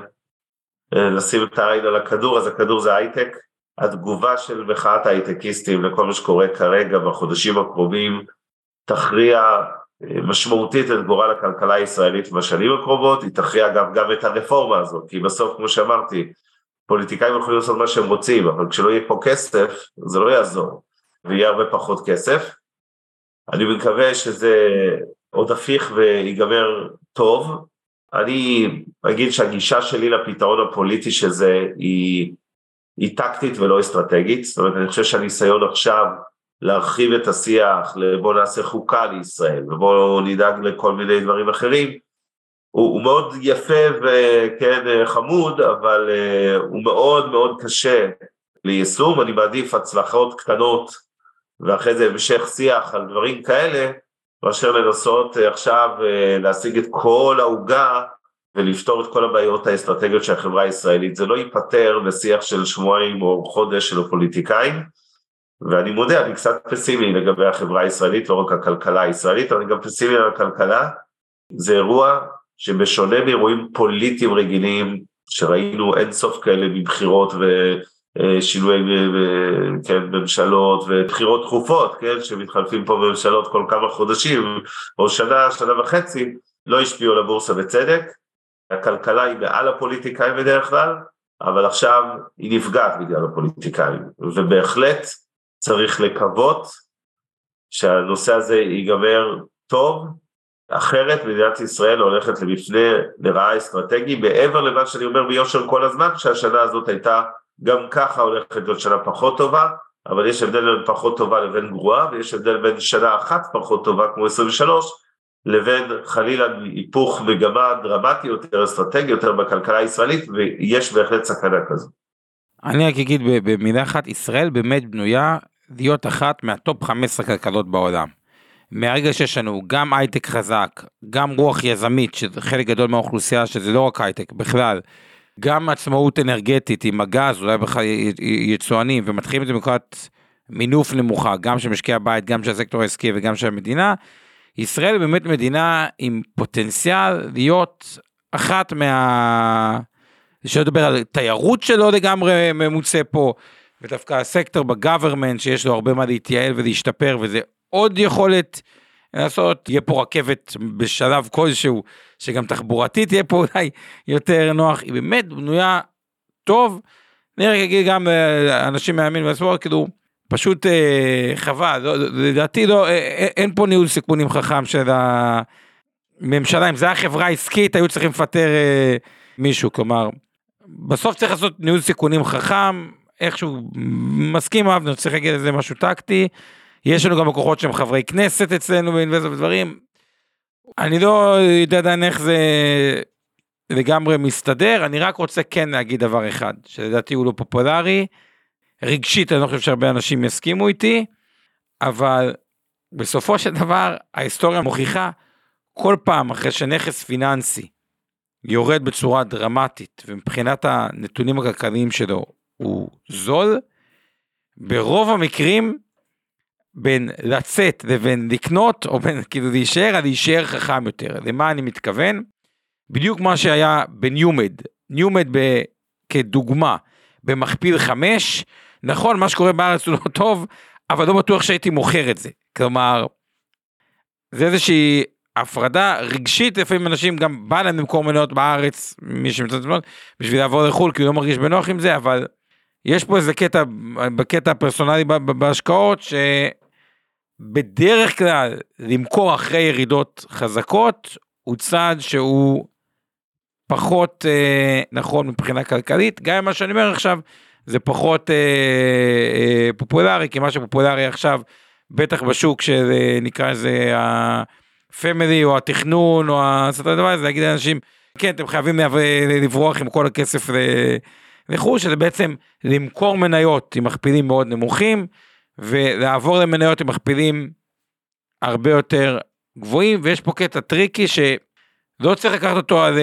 לשים את העין על הכדור, אז הכדור זה הייטק, התגובה של מחאת ההייטקיסטים לכל מה שקורה כרגע בחודשים הקרובים, תכריע משמעותית את גורל הכלכלה הישראלית בשנים הקרובות, היא תכריע גם, גם את הרפורמה הזאת, כי בסוף, כמו שאמרתי, פוליטיקאים יכולים לעשות מה שהם רוצים, אבל כשלא יהיה פה כסף, זה לא יעזור, ויהיה הרבה פחות כסף. אני מקווה שזה עוד הפיך ויגמר טוב. אני אגיד שהגישה שלי לפתרון הפוליטי שזה היא, היא טקטית ולא אסטרטגית, זאת אומרת, אני חושב שהניסיון עכשיו להרחיב את השיח, בוא נעשה חוקה לישראל, ובוא נדאג לכל מיני דברים אחרים, הוא, הוא מאוד יפה וכן חמוד, אבל uh, הוא מאוד מאוד קשה ליישום. אני מעדיף הצלחות קטנות, ואחרי זה המשך שיח על דברים כאלה, מאשר לנסות עכשיו להשיג את כל העוגה ולפתור את כל הבעיות האסטרטגיות של החברה הישראלית. זה לא ייפטר בשיח של שבועיים או חודש של הפוליטיקאים, ואני מודה, אני קצת פסימי לגבי החברה הישראלית, לא רק הכלכלה הישראלית, אבל אני גם פסימי על הכלכלה. זה אירוע שבשונה מאירועים פוליטיים רגילים, שראינו אין סוף כאלה מבחירות ושינויי כן, ממשלות ובחירות תכופות, כן, שמתחלפים פה בממשלות כל כמה חודשים, או שנה, שנה וחצי, לא השפיעו על הבורסה בצדק. הכלכלה היא מעל הפוליטיקאים בדרך כלל, אבל עכשיו היא נפגעת בגלל הפוליטיקאים, ובהחלט צריך לקוות שהנושא הזה ייגמר טוב, אחרת מדינת ישראל הולכת למפנה לרעה אסטרטגי, מעבר למה שאני אומר ביושר כל הזמן, שהשנה הזאת הייתה גם ככה הולכת להיות שנה פחות טובה, אבל יש הבדל בין פחות טובה לבין גרועה, ויש הבדל בין שנה אחת פחות טובה כמו עשרים ושלוש, לבין חלילה היפוך מגמה דרמטי יותר, אסטרטגי יותר בכלכלה הישראלית, ויש בהחלט סכנה כזו. אני רק אגיד במילה אחת, ישראל באמת בנויה להיות אחת מהטופ חמש עשרה כלכלות בעולם. מהרגע שיש לנו גם הייטק חזק, גם רוח יזמית, שזה חלק גדול מהאוכלוסייה, שזה לא רק הייטק, בכלל, גם עצמאות אנרגטית עם הגז, אולי בכלל יצואנים, ומתחילים את זה מקורת מינוף נמוכה, גם של משקיע הבית, גם של הסקטור העסקי וגם של המדינה. ישראל היא באמת מדינה עם פוטנציאל להיות אחת מה... אפשר לדבר על תיירות שלא לגמרי ממוצא פה, ודווקא הסקטור בגוברמנט שיש לו הרבה מה להתייעל ולהשתפר, וזה עוד יכולת לעשות, יהיה פה רכבת בשלב כלשהו, שגם תחבורתית תהיה פה אולי יותר נוח, היא באמת בנויה טוב, אני רק אגיד גם אנשים מהימין והשמאל, כאילו, פשוט אה, חבל, לא, לדעתי לא, אה, אין פה ניהול סיכונים חכם של הממשלה, אם זה החברה העסקית, היו צריכים לפטר אה, מישהו, כלומר, בסוף צריך לעשות ניהול סיכונים חכם, איכשהו מסכים אבנר, צריך להגיד לזה משהו טקטי, יש לנו גם לקוחות שהם חברי כנסת אצלנו באינבסטור ודברים, אני לא יודע עדיין איך זה לגמרי מסתדר, אני רק רוצה כן להגיד דבר אחד, שלדעתי הוא לא פופולרי, רגשית אני לא חושב שהרבה אנשים יסכימו איתי, אבל בסופו של דבר ההיסטוריה מוכיחה, כל פעם אחרי שנכס פיננסי יורד בצורה דרמטית, ומבחינת הנתונים הכלכליים שלו הוא זול, ברוב המקרים, בין לצאת לבין לקנות, או בין כאילו להישאר, על להישאר חכם יותר. למה אני מתכוון? בדיוק מה שהיה בניומד, ניומד ב, כדוגמה, במכפיל חמש, נכון, מה שקורה בארץ הוא לא טוב, אבל לא בטוח שהייתי מוכר את זה. כלומר, זה איזושהי הפרדה רגשית, לפעמים אנשים גם בא להם למכור מניות בארץ, מי שמצאת זמן, בשביל לעבור לחול, כי הוא לא מרגיש בנוח עם זה, אבל יש פה איזה קטע, בקטע הפרסונלי בהשקעות, שבדרך כלל למכור אחרי ירידות חזקות, הוא צעד שהוא פחות אה, נכון מבחינה כלכלית, גם מה שאני אומר עכשיו, זה פחות אה, אה, פופולרי, כי מה שפופולרי עכשיו, בטח בשוק שנקרא איזה הפמילי, או התכנון, או הסתר דבר, זה להגיד לאנשים, כן, אתם חייבים לברוח עם כל הכסף לחוש, שזה בעצם למכור מניות עם מכפילים מאוד נמוכים, ולעבור למניות עם מכפילים הרבה יותר גבוהים, ויש פה קטע טריקי שלא צריך לקחת אותו על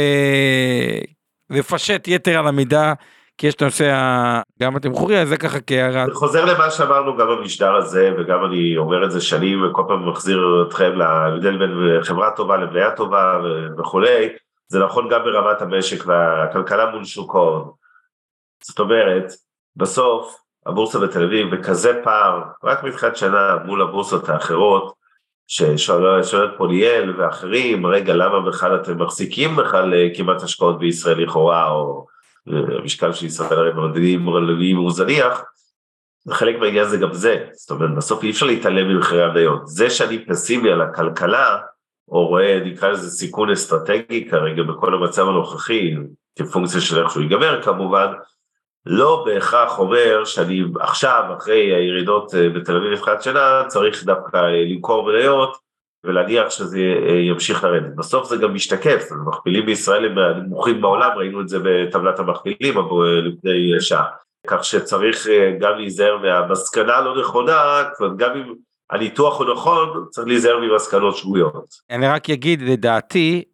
לפשט יתר על המידה, כי יש את הנושא גם התמחורי, אז זה ככה כהערה. חוזר למה שאמרנו גם במשדר הזה, וגם אני אומר את זה שנים, וכל פעם מחזיר אתכם להבדל בין חברה טובה לבנייה טובה וכולי, זה נכון גם ברמת המשק והכלכלה מול שוק ההון. זאת אומרת, בסוף הבורסה בתל אביב בכזה פער, רק מתחילת שנה מול הבורסות האחרות, ששואלת פה ליאל ואחרים, רגע למה בכלל אתם מחזיקים בכלל כמעט השקעות בישראל לכאורה, או המשקל של ישראל הרי במדדים רלויים הוא זניח, חלק מהעניין זה גם זה, זאת אומרת בסוף אי אפשר להתעלם ממחירי המניות, זה שאני פסימי על הכלכלה, או רואה נקרא לזה סיכון אסטרטגי כרגע בכל המצב הנוכחי, כפונקציה של איך שהוא ייגמר כמובן, לא בהכרח אומר שאני עכשיו אחרי הירידות בתל אביב לפחת שנה, צריך דווקא למכור מניות, ולהניח שזה ימשיך לרדת. בסוף זה גם משתקף, המכפילים בישראל הם הנמוכים בעולם, ראינו את זה בטבלת המכפילים לפני שעה, כך שצריך גם להיזהר מהמסקנה הלא נכונה, גם אם הניתוח הוא נכון, צריך להיזהר ממסקנות שגויות. אני רק אגיד, לדעתי,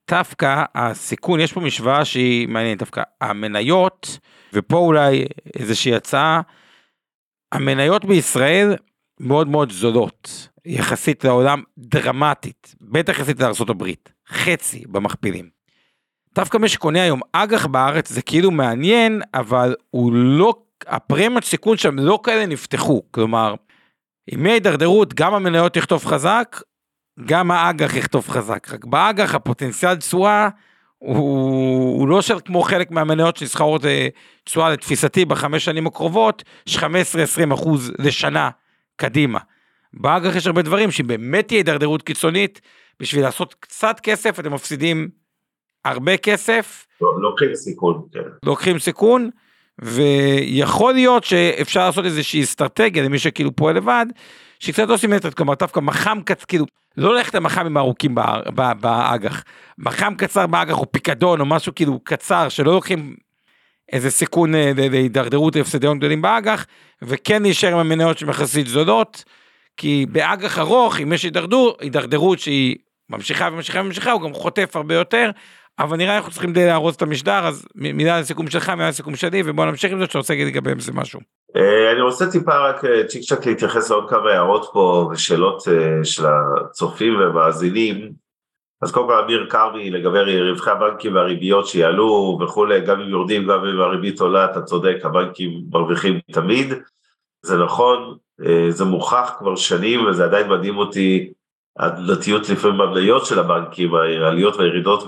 דווקא הסיכון, יש פה משוואה שהיא מעניינת, דווקא המניות, ופה אולי איזושהי הצעה, המניות בישראל מאוד מאוד זולות, יחסית לעולם דרמטית, בטח יחסית לארצות הברית, חצי במכפילים. דווקא מי שקונה היום אג"ח בארץ זה כאילו מעניין, אבל הוא לא, הפרמיות סיכון שם לא כאלה נפתחו, כלומר, אם יהיה הידרדרות, גם המניות יכתוב חזק, גם האג"ח יכתוב חזק, רק באג"ח הפוטנציאל תשואה, הוא, הוא לא של כמו חלק מהמניות שנסחרות תשואה לתפיסתי בחמש שנים הקרובות, יש חמש עשרה עשרים אחוז לשנה קדימה. באג"ח יש הרבה דברים שבאמת תהיה הידרדרות קיצונית, בשביל לעשות קצת כסף, אתם מפסידים הרבה כסף. לוקחים סיכון, כן. לוקחים סיכון, ויכול להיות שאפשר לעשות איזושהי אסטרטגיה, למי שכאילו פועל לבד, שקצת לא סימטרית, כלומר, דווקא מחם קצר, כאילו, לא ללכת למחמים הארוכים באג"ח, מחם קצר באג"ח או פיקדון, או משהו כאילו קצר, שלא לוקחים איזה סיכון להידרדרות להפסדיון גדולים באג"ח, וכן להישאר עם המניות שמחסית זולות, כי באג"ח ארוך, אם יש הידרדרות שהיא ממשיכה וממשיכה וממשיכה, הוא גם חוטף הרבה יותר, אבל נראה אנחנו צריכים די להרוץ את המשדר, אז מילה לסיכום שלך, מילה לסיכום שלי, ובואו נמשיך עם זה, שאתה רוצה להגיד לגבי זה משהו. אני רוצה טיפה רק צ'יק צ'ק להתייחס לעוד כמה הערות פה, ושאלות של הצופים ומאזינים. אז קודם כל אמיר קרמי, לגבי רווחי הבנקים והריביות שיעלו וכולי, גם אם יורדים, גם אם הריבית עולה, אתה צודק, הבנקים מרוויחים תמיד, זה נכון, זה מוכח כבר שנים, וזה עדיין מדהים אותי, הדלתיות לפעמים במניות של הבנקים, העליות והירידות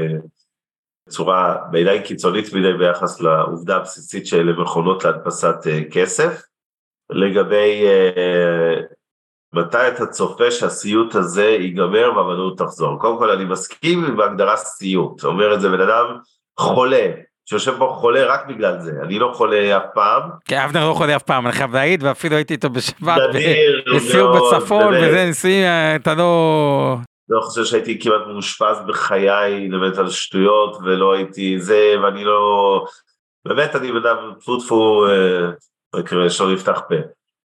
בצורה בעיניי קיצונית מדי ביחס לעובדה הבסיסית של מכונות להדפסת כסף. לגבי מתי אתה צופה שהסיוט הזה ייגמר והוודאות תחזור. קודם כל אני מסכים בהגדרה סיוט, אומר את זה בן אדם חולה, שיושב פה חולה רק בגלל זה, אני לא חולה אף פעם. כן, אבנר לא חולה אף פעם, אני חייב להעיד, ואפילו הייתי איתו בשבת, בסיור בצפון, וזה ניסים, אתה לא... לא חושב שהייתי כמעט מאושפז בחיי, באמת על שטויות, ולא הייתי זה, ואני לא... באמת אני בדם פוטפו, שלא נפתח פה.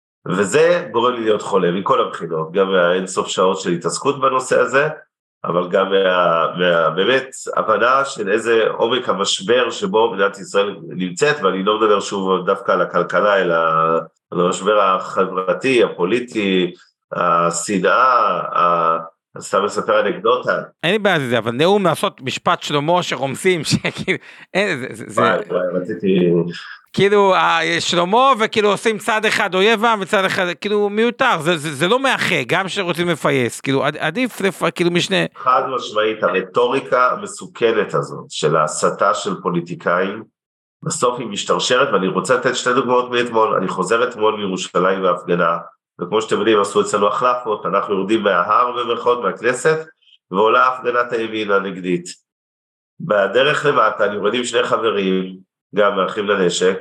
וזה גורם לי להיות חולה, מכל הבחינות, גם מהאינסוף שעות של התעסקות בנושא הזה, אבל גם מה, מה, באמת הבנה של איזה עומק המשבר שבו מדינת ישראל נמצאת, ואני לא מדבר שוב דווקא על הכלכלה, אלא על המשבר החברתי, הפוליטי, השנאה, סתם מספר אנקדוטה. אין לי בעיה זה, אבל נאום לעשות משפט שלמה שרומסים, שכאילו, אין, זה, זה, וואי, וואי, רציתי... כאילו, שלמה וכאילו עושים צד אחד אויבם וצד אחד, כאילו מיותר, זה, זה, זה לא מאחה, גם שרוצים לפייס, כאילו עדיף, כאילו משנה. חד משמעית, הרטוריקה המסוכנת הזאת, של ההסתה של פוליטיקאים, בסוף היא משתרשרת, ואני רוצה לתת שתי דוגמאות מאתמול, אני חוזר אתמול מירושלים בהפגנה, וכמו שאתם יודעים, עשו אצלנו החלפות, אנחנו יורדים מההר במרכאות מהכנסת, ועולה הפגנת הימין הנגדית. בדרך למטה, אני יורדים שני חברים, גם מאחים לנשק,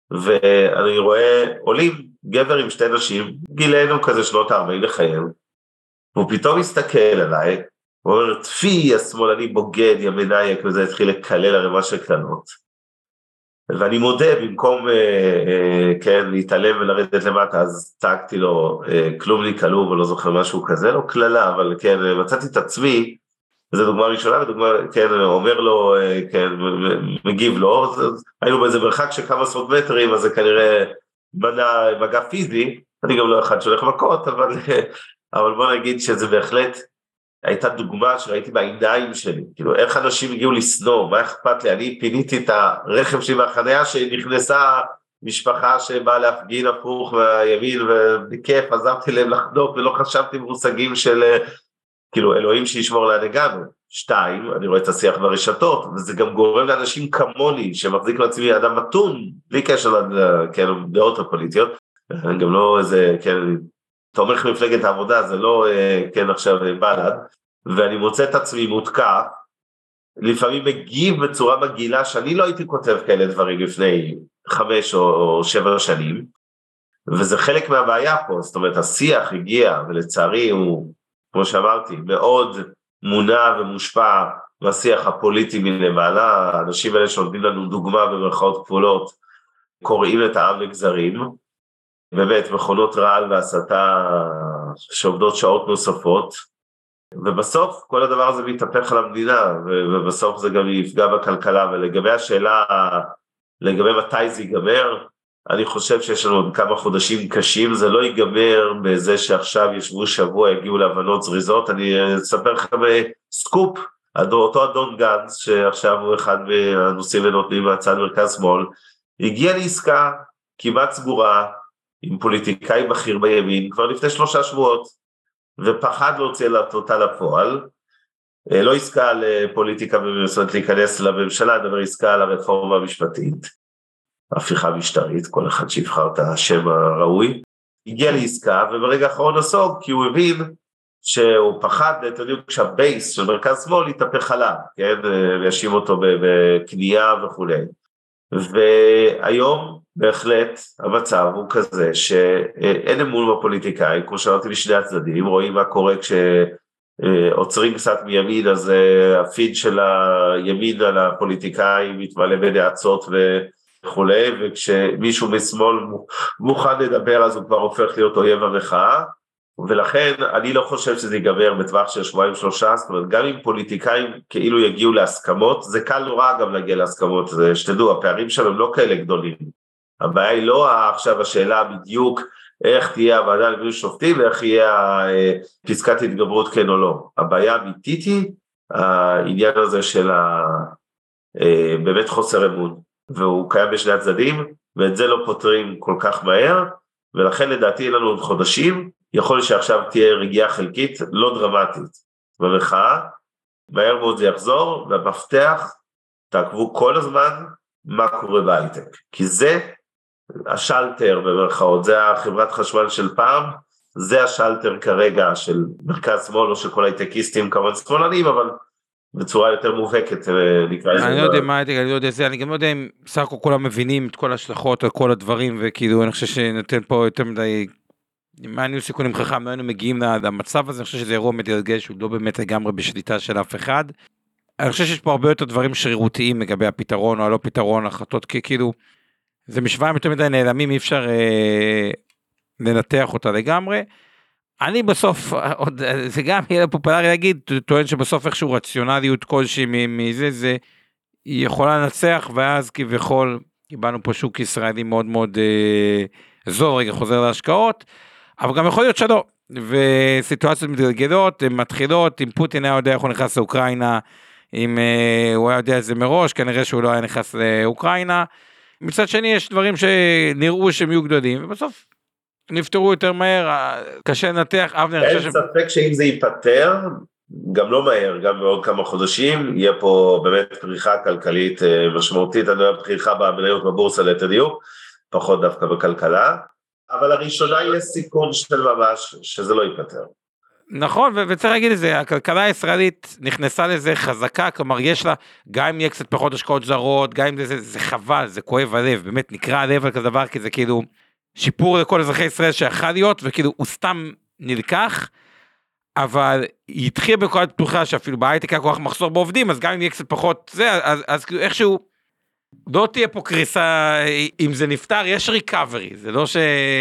ואני רואה עולים גבר עם שתי נשים, גילנו כזה שנות ארבעים לחיים, והוא פתאום מסתכל עליי, הוא אומר, תפי, השמאלני בוגד, ימנייק, וזה התחיל לקלל הרמה של קלנות. ואני מודה, במקום, אה, אה, כן, להתעלם ולרדת למטה, אז צעקתי לו, אה, כלום לי כלום, ולא זוכר משהו כזה, לא כללה, אבל כן, מצאתי את עצמי, וזו דוגמה ראשונה, ודוגמה, כן, אומר לו, אה, כן, מגיב לו, אז היינו באיזה מרחק של כמה עשרות מטרים, אז זה כנראה מנע מגע פיזי, אני גם לא אחד שהולך מכות, אבל, אבל בוא נגיד שזה בהחלט, הייתה דוגמה שראיתי בעיניים שלי, כאילו איך אנשים הגיעו לסנור, מה אכפת לי, אני פיניתי את הרכב שלי מהחניה שנכנסה משפחה שבאה להפגין הפוך מהימין, ובכיף עזרתי להם לחדוק, ולא חשבתי מושגים של, כאילו אלוהים שישמור לאן הגענו. שתיים, אני רואה את השיח ברשתות, וזה גם גורם לאנשים כמוני, שמחזיק לעצמי אדם מתון, בלי קשר לדעות הפוליטיות, אני גם לא איזה, כן, תומך מפלגת העבודה, זה לא, כן, עכשיו בלד, ואני מוצא את עצמי מותקף, לפעמים מגיב בצורה מגעילה, שאני לא הייתי כותב כאלה דברים לפני חמש או שבע שנים, וזה חלק מהבעיה פה, זאת אומרת, השיח הגיע, ולצערי הוא, כמו שאמרתי, מאוד מונע ומושפע מהשיח הפוליטי מלמעלה, האנשים האלה שנותנים לנו דוגמה במרכאות כפולות, קוראים את העם לגזרים, באמת מכונות רעל והסתה שעובדות שעות נוספות, ובסוף כל הדבר הזה מתהפך על המדינה, ובסוף זה גם יפגע בכלכלה, ולגבי השאלה, לגבי מתי זה ייגמר, אני חושב שיש לנו עוד כמה חודשים קשים, זה לא ייגמר בזה שעכשיו ישבו שבוע, יגיעו להבנות זריזות, אני אספר לכם סקופ, אותו אדון גנץ, שעכשיו הוא אחד מהנושאים ונותנים מהצד מרכז שמאל, הגיע לעסקה כמעט סגורה, עם פוליטיקאי בכיר בימין, כבר לפני שלושה שבועות, ופחד להוציא אותה לפועל, לא עסקה לפוליטיקה ומנסות להיכנס לממשלה, דבר עסקה על הרפורמה המשפטית, הפיכה משטרית, כל אחד שיבחר את השם הראוי, הגיע לעסקה, וברגע האחרון נסוג, כי הוא הבין שהוא פחד, אתם יודעים, כשהבייס של מרכז שמאל יתהפך עליו, כן, וישים אותו בקנייה וכו'. והיום בהחלט המצב הוא כזה שאין אמון בפוליטיקאים, כמו שאמרתי לשני הצדדים, רואים מה קורה כשעוצרים קצת מימין, אז הפיד של הימין על הפוליטיקאים מתמלא בנאצות וכו', וכשמישהו משמאל מוכן לדבר אז הוא כבר הופך להיות אויב המחאה, ולכן אני לא חושב שזה ייגמר בטווח של שבועיים שלושה, זאת אומרת גם אם פוליטיקאים כאילו יגיעו להסכמות, זה קל נורא גם להגיע להסכמות, שתדעו, הפערים שלהם לא כאלה גדולים, הבעיה היא לא עכשיו השאלה בדיוק איך תהיה הוועדה למינוי שופטים, ואיך יהיה פסקת התגברות כן או לא, הבעיה האמיתית היא העניין הזה של באמת חוסר אמון, והוא קיים בשני הצדדים, ואת זה לא פותרים כל כך מהר, ולכן לדעתי אין לנו עוד חודשים, יכול להיות שעכשיו תהיה רגיעה חלקית, לא דרמטית, במחאה, מהר מאוד זה יחזור, והמפתח, תעקבו כל הזמן, מה קורה בהייטק, כי זה השלטר במרכאות, זה החברת חשמל של פעם, זה השלטר כרגע של מרכז שמאל, או של כל הייטקיסטים, כמובן שמאלנים, אבל בצורה יותר מובהקת, נקרא לזה. אני לא יודע מה הייטק, אני לא יודע זה, אני גם לא יודע אם סך הכל כולם מבינים את כל ההשלכות, על כל הדברים, וכאילו אני חושב שנותן פה יותר מדי, מה ניהול סיכונים חכם, לא היינו מגיעים למצב הזה, אני חושב שזה אירוע מתגלגל, שהוא לא באמת לגמרי בשליטה של אף אחד, אני חושב שיש פה הרבה יותר דברים שרירותיים, לגבי הפתרון או הלא פתרון, החלטות, כי כאילו, זה משוואה יותר מדי נעלמים, אי אפשר אה, לנתח אותה לגמרי, אני בסוף, עוד, זה גם יהיה פופולרי להגיד, טוען שבסוף איכשהו רציונליות כלשהי מזה, זה יכולה לנצח, ואז כביכול, קיבלנו פה שוק ישראלי מאוד מאוד אה, זול, רגע חוזר להשקעות, אבל גם יכול להיות שלא, וסיטואציות מתגלגלות, הן מתחילות, אם פוטין היה יודע איך הוא נכנס לאוקראינה, אם אה, הוא היה יודע את זה מראש, כנראה שהוא לא היה נכנס לאוקראינה, מצד שני יש דברים שנראו שהם יהיו גדולים, ובסוף נפתרו יותר מהר, קשה לנתח, אבנר. אין ספק שאם זה ייפטר, גם לא מהר, גם בעוד כמה חודשים, יהיה פה באמת פריחה כלכלית משמעותית, אני אוהב פריחה במניות בבורסה לתדיוק, פחות דווקא בכלכלה, אבל הראשונה יהיה סיכון של ממש, שזה לא ייפטר. נכון, וצריך להגיד את זה, הכלכלה הישראלית נכנסה לזה חזקה, כלומר יש לה, גם אם יהיה קצת פחות השקעות זרות, גם אם זה, זה, זה חבל, זה כואב הלב, באמת נקרא הלב על כזה דבר, כי זה כאילו שיפור לכל אזרחי ישראל שיכל להיות, וכאילו הוא סתם נלקח, אבל יתחיל בכל הפתוחה, שאפילו בהייטק היה כוח מחסור בעובדים, אז גם אם יהיה קצת פחות זה, אז, אז כאילו איכשהו, לא תהיה פה קריסה, אם זה נפטר, יש ריקאברי, זה לא ש...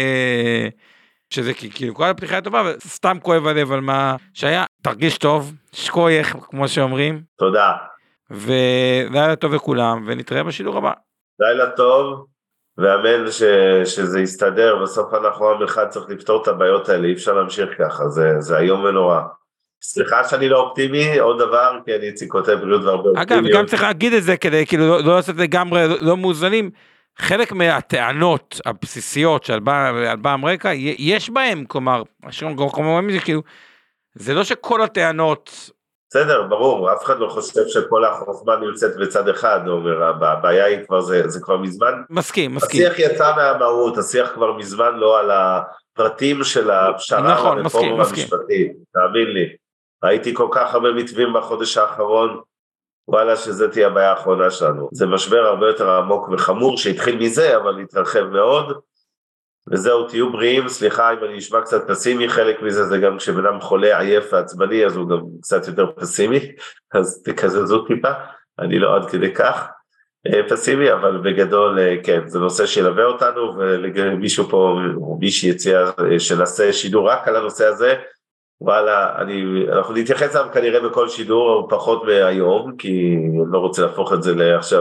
שזה כאילו כל הפתיחה טובה, וסתם כואב הלב על מה שהיה, תרגיש טוב, שקוייך, כמו שאומרים. תודה. ולילה טוב לכולם, ונתראה בשידור הבא. לילה טוב, ואמן ש, שזה יסתדר, בסוף אנחנו עם אחד צריך לפתור את הבעיות האלה, אי אפשר להמשיך ככה, זה, זה היום ונורא. סליחה שאני לא אופטימי, עוד דבר, כי אני אציג כותב בריאות והרבה אופטימיות. אגב, גם צריך להגיד את זה, כדי כאילו לא, לא לעשות לגמרי, לא, לא מאוזנים, חלק מהטענות הבסיסיות שעל בא אמריקה, יש בהם, כלומר, כאילו, זה לא שכל הטענות... בסדר, ברור, אף אחד לא חושב שכל החוכמה נמצאת בצד אחד, אומר, הבעיה היא כבר, זה, זה כבר מזמן... מסכים, מסכים. השיח יצא מהמהות, השיח כבר מזמן לא על הפרטים של הפשרה, נכון, מסכים, מסכים. המשפטית, תאמין לי, ראיתי כל כך הרבה מתווים בחודש האחרון, וואלה שזה תהיה הבעיה האחרונה שלנו, זה משבר הרבה יותר עמוק וחמור שהתחיל מזה, אבל התרחב מאוד, וזהו, תהיו בריאים, סליחה אם אני אשמע קצת פסימי, חלק מזה זה גם כשבנם חולה עייף ועצבני, אז הוא גם קצת יותר פסימי, אז תקזזו טיפה, אני לא עד כדי כך פסימי, אבל בגדול כן, זה נושא שילווה אותנו, ומישהו פה, או מישהי יציע שנעשה שידור רק על הנושא הזה, וואלה, אני, אנחנו נתייחס עליו כנראה בכל שידור, או פחות מהיום, כי אני לא רוצה להפוך את זה לעכשיו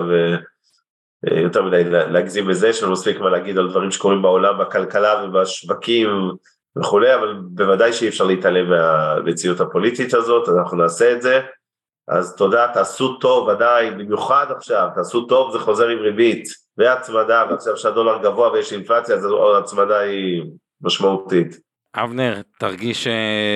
יותר מדי להגזים בזה, שלא מספיק מה להגיד על דברים שקורים בעולם, בכלכלה ובשווקים וכו', אבל בוודאי שאי אפשר להתעלם מהמציאות הפוליטית הזאת, אז אנחנו נעשה את זה. אז תודה, תעשו טוב עדיין, במיוחד עכשיו, תעשו טוב, זה חוזר עם ריבית, והצמדה, ועכשיו שהדולר גבוה ויש אינפלציה, אז הצמדה היא משמעותית. אבנר, תרגיש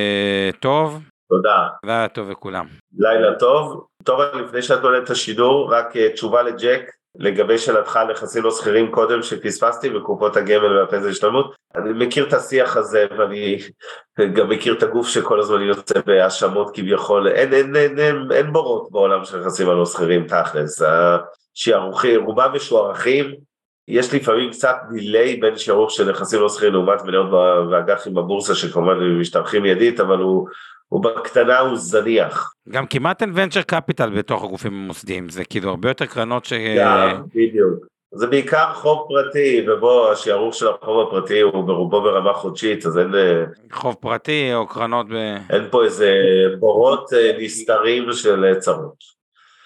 טוב. תודה. לילה טוב לכולם. לילה טוב. טוב, לפני שאת נולדת את השידור, רק תשובה לג'ק, לגבי שאלתך על נכסים לא סחירים קודם שפספסתי בקופות הגמל והפנסיה השתלמות. אני מכיר את השיח הזה, ואני גם מכיר את הגוף שכל הזמן יוצא בהאשמות כביכול. אין, אין, אין, אין, אין בורות בעולם של נכסים הלא סחירים תכלס. שערוכים, רובם משוערכים, יש לפעמים קצת דיליי בין שערוך של נכסים לא סחירים לעומת מניות ואג"חים בבורסה שכמובן משתרכים ידית, אבל הוא הוא בקטנה, הוא זניח. גם כמעט אין ונצ'ר קפיטל בתוך הגופים המוסדיים, זה כאילו הרבה יותר קרנות ש... גם, בדיוק. זה בעיקר חוב פרטי, ובו השערוך של החוב הפרטי הוא ברובו ברמה חודשית, אז אין... חוב פרטי או קרנות ב... אין פה איזה בורות נסתרים של צרות.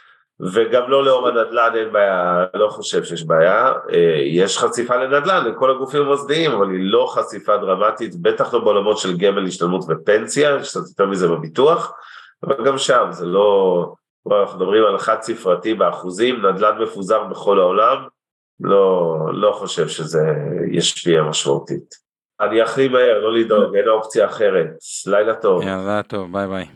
וגם לא לאור הנדל"ן אין בעיה, לא חושב שיש בעיה, יש חשיפה לנדל"ן לכל הגופים המוסדיים, אבל היא לא חשיפה דרמטית, בטח לא בעולמות של גמל, השתלמות ופנסיה, יש קצת יותר מזה בביטוח, אבל גם שם זה לא, אנחנו מדברים על חד ספרתי באחוזים, נדל"ן מפוזר בכל העולם, לא, לא חושב שזה ישפיע משמעותית. אני הכי מהר, לא לדאוג, אין אופציה אחרת, לילה טוב. יאללה טוב, ביי ביי.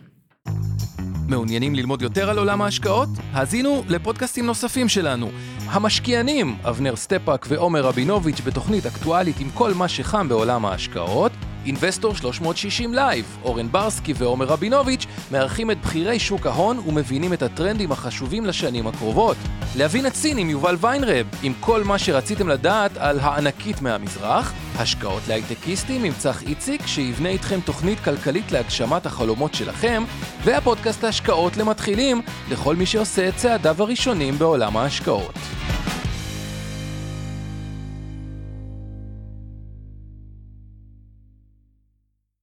מעוניינים ללמוד יותר על עולם ההשקעות? האזינו לפודקאסטים נוספים שלנו. המשקיענים, אבנר סטפאק ועומר רבינוביץ' בתוכנית אקטואלית עם כל מה שחם בעולם ההשקעות. אינבסטור שלוש מאות שישים לייב, אורן ברסקי ועומר רבינוביץ' מארחים את בחירי שוק ההון ומבינים את הטרנדים החשובים לשנים הקרובות. להבין את סין עם יובל ויינרב, עם כל מה שרציתם לדעת על הענקית מהמזרח. השקעות להייטקיסטים עם צח איציק, שיבנה איתכם תוכנית כלכלית להגשמת החלומות שלכם, והפודקאסט ההשקעות למתחילים, לכל מי שעושה את צעדיו הראשונים בעולם ההשקעות.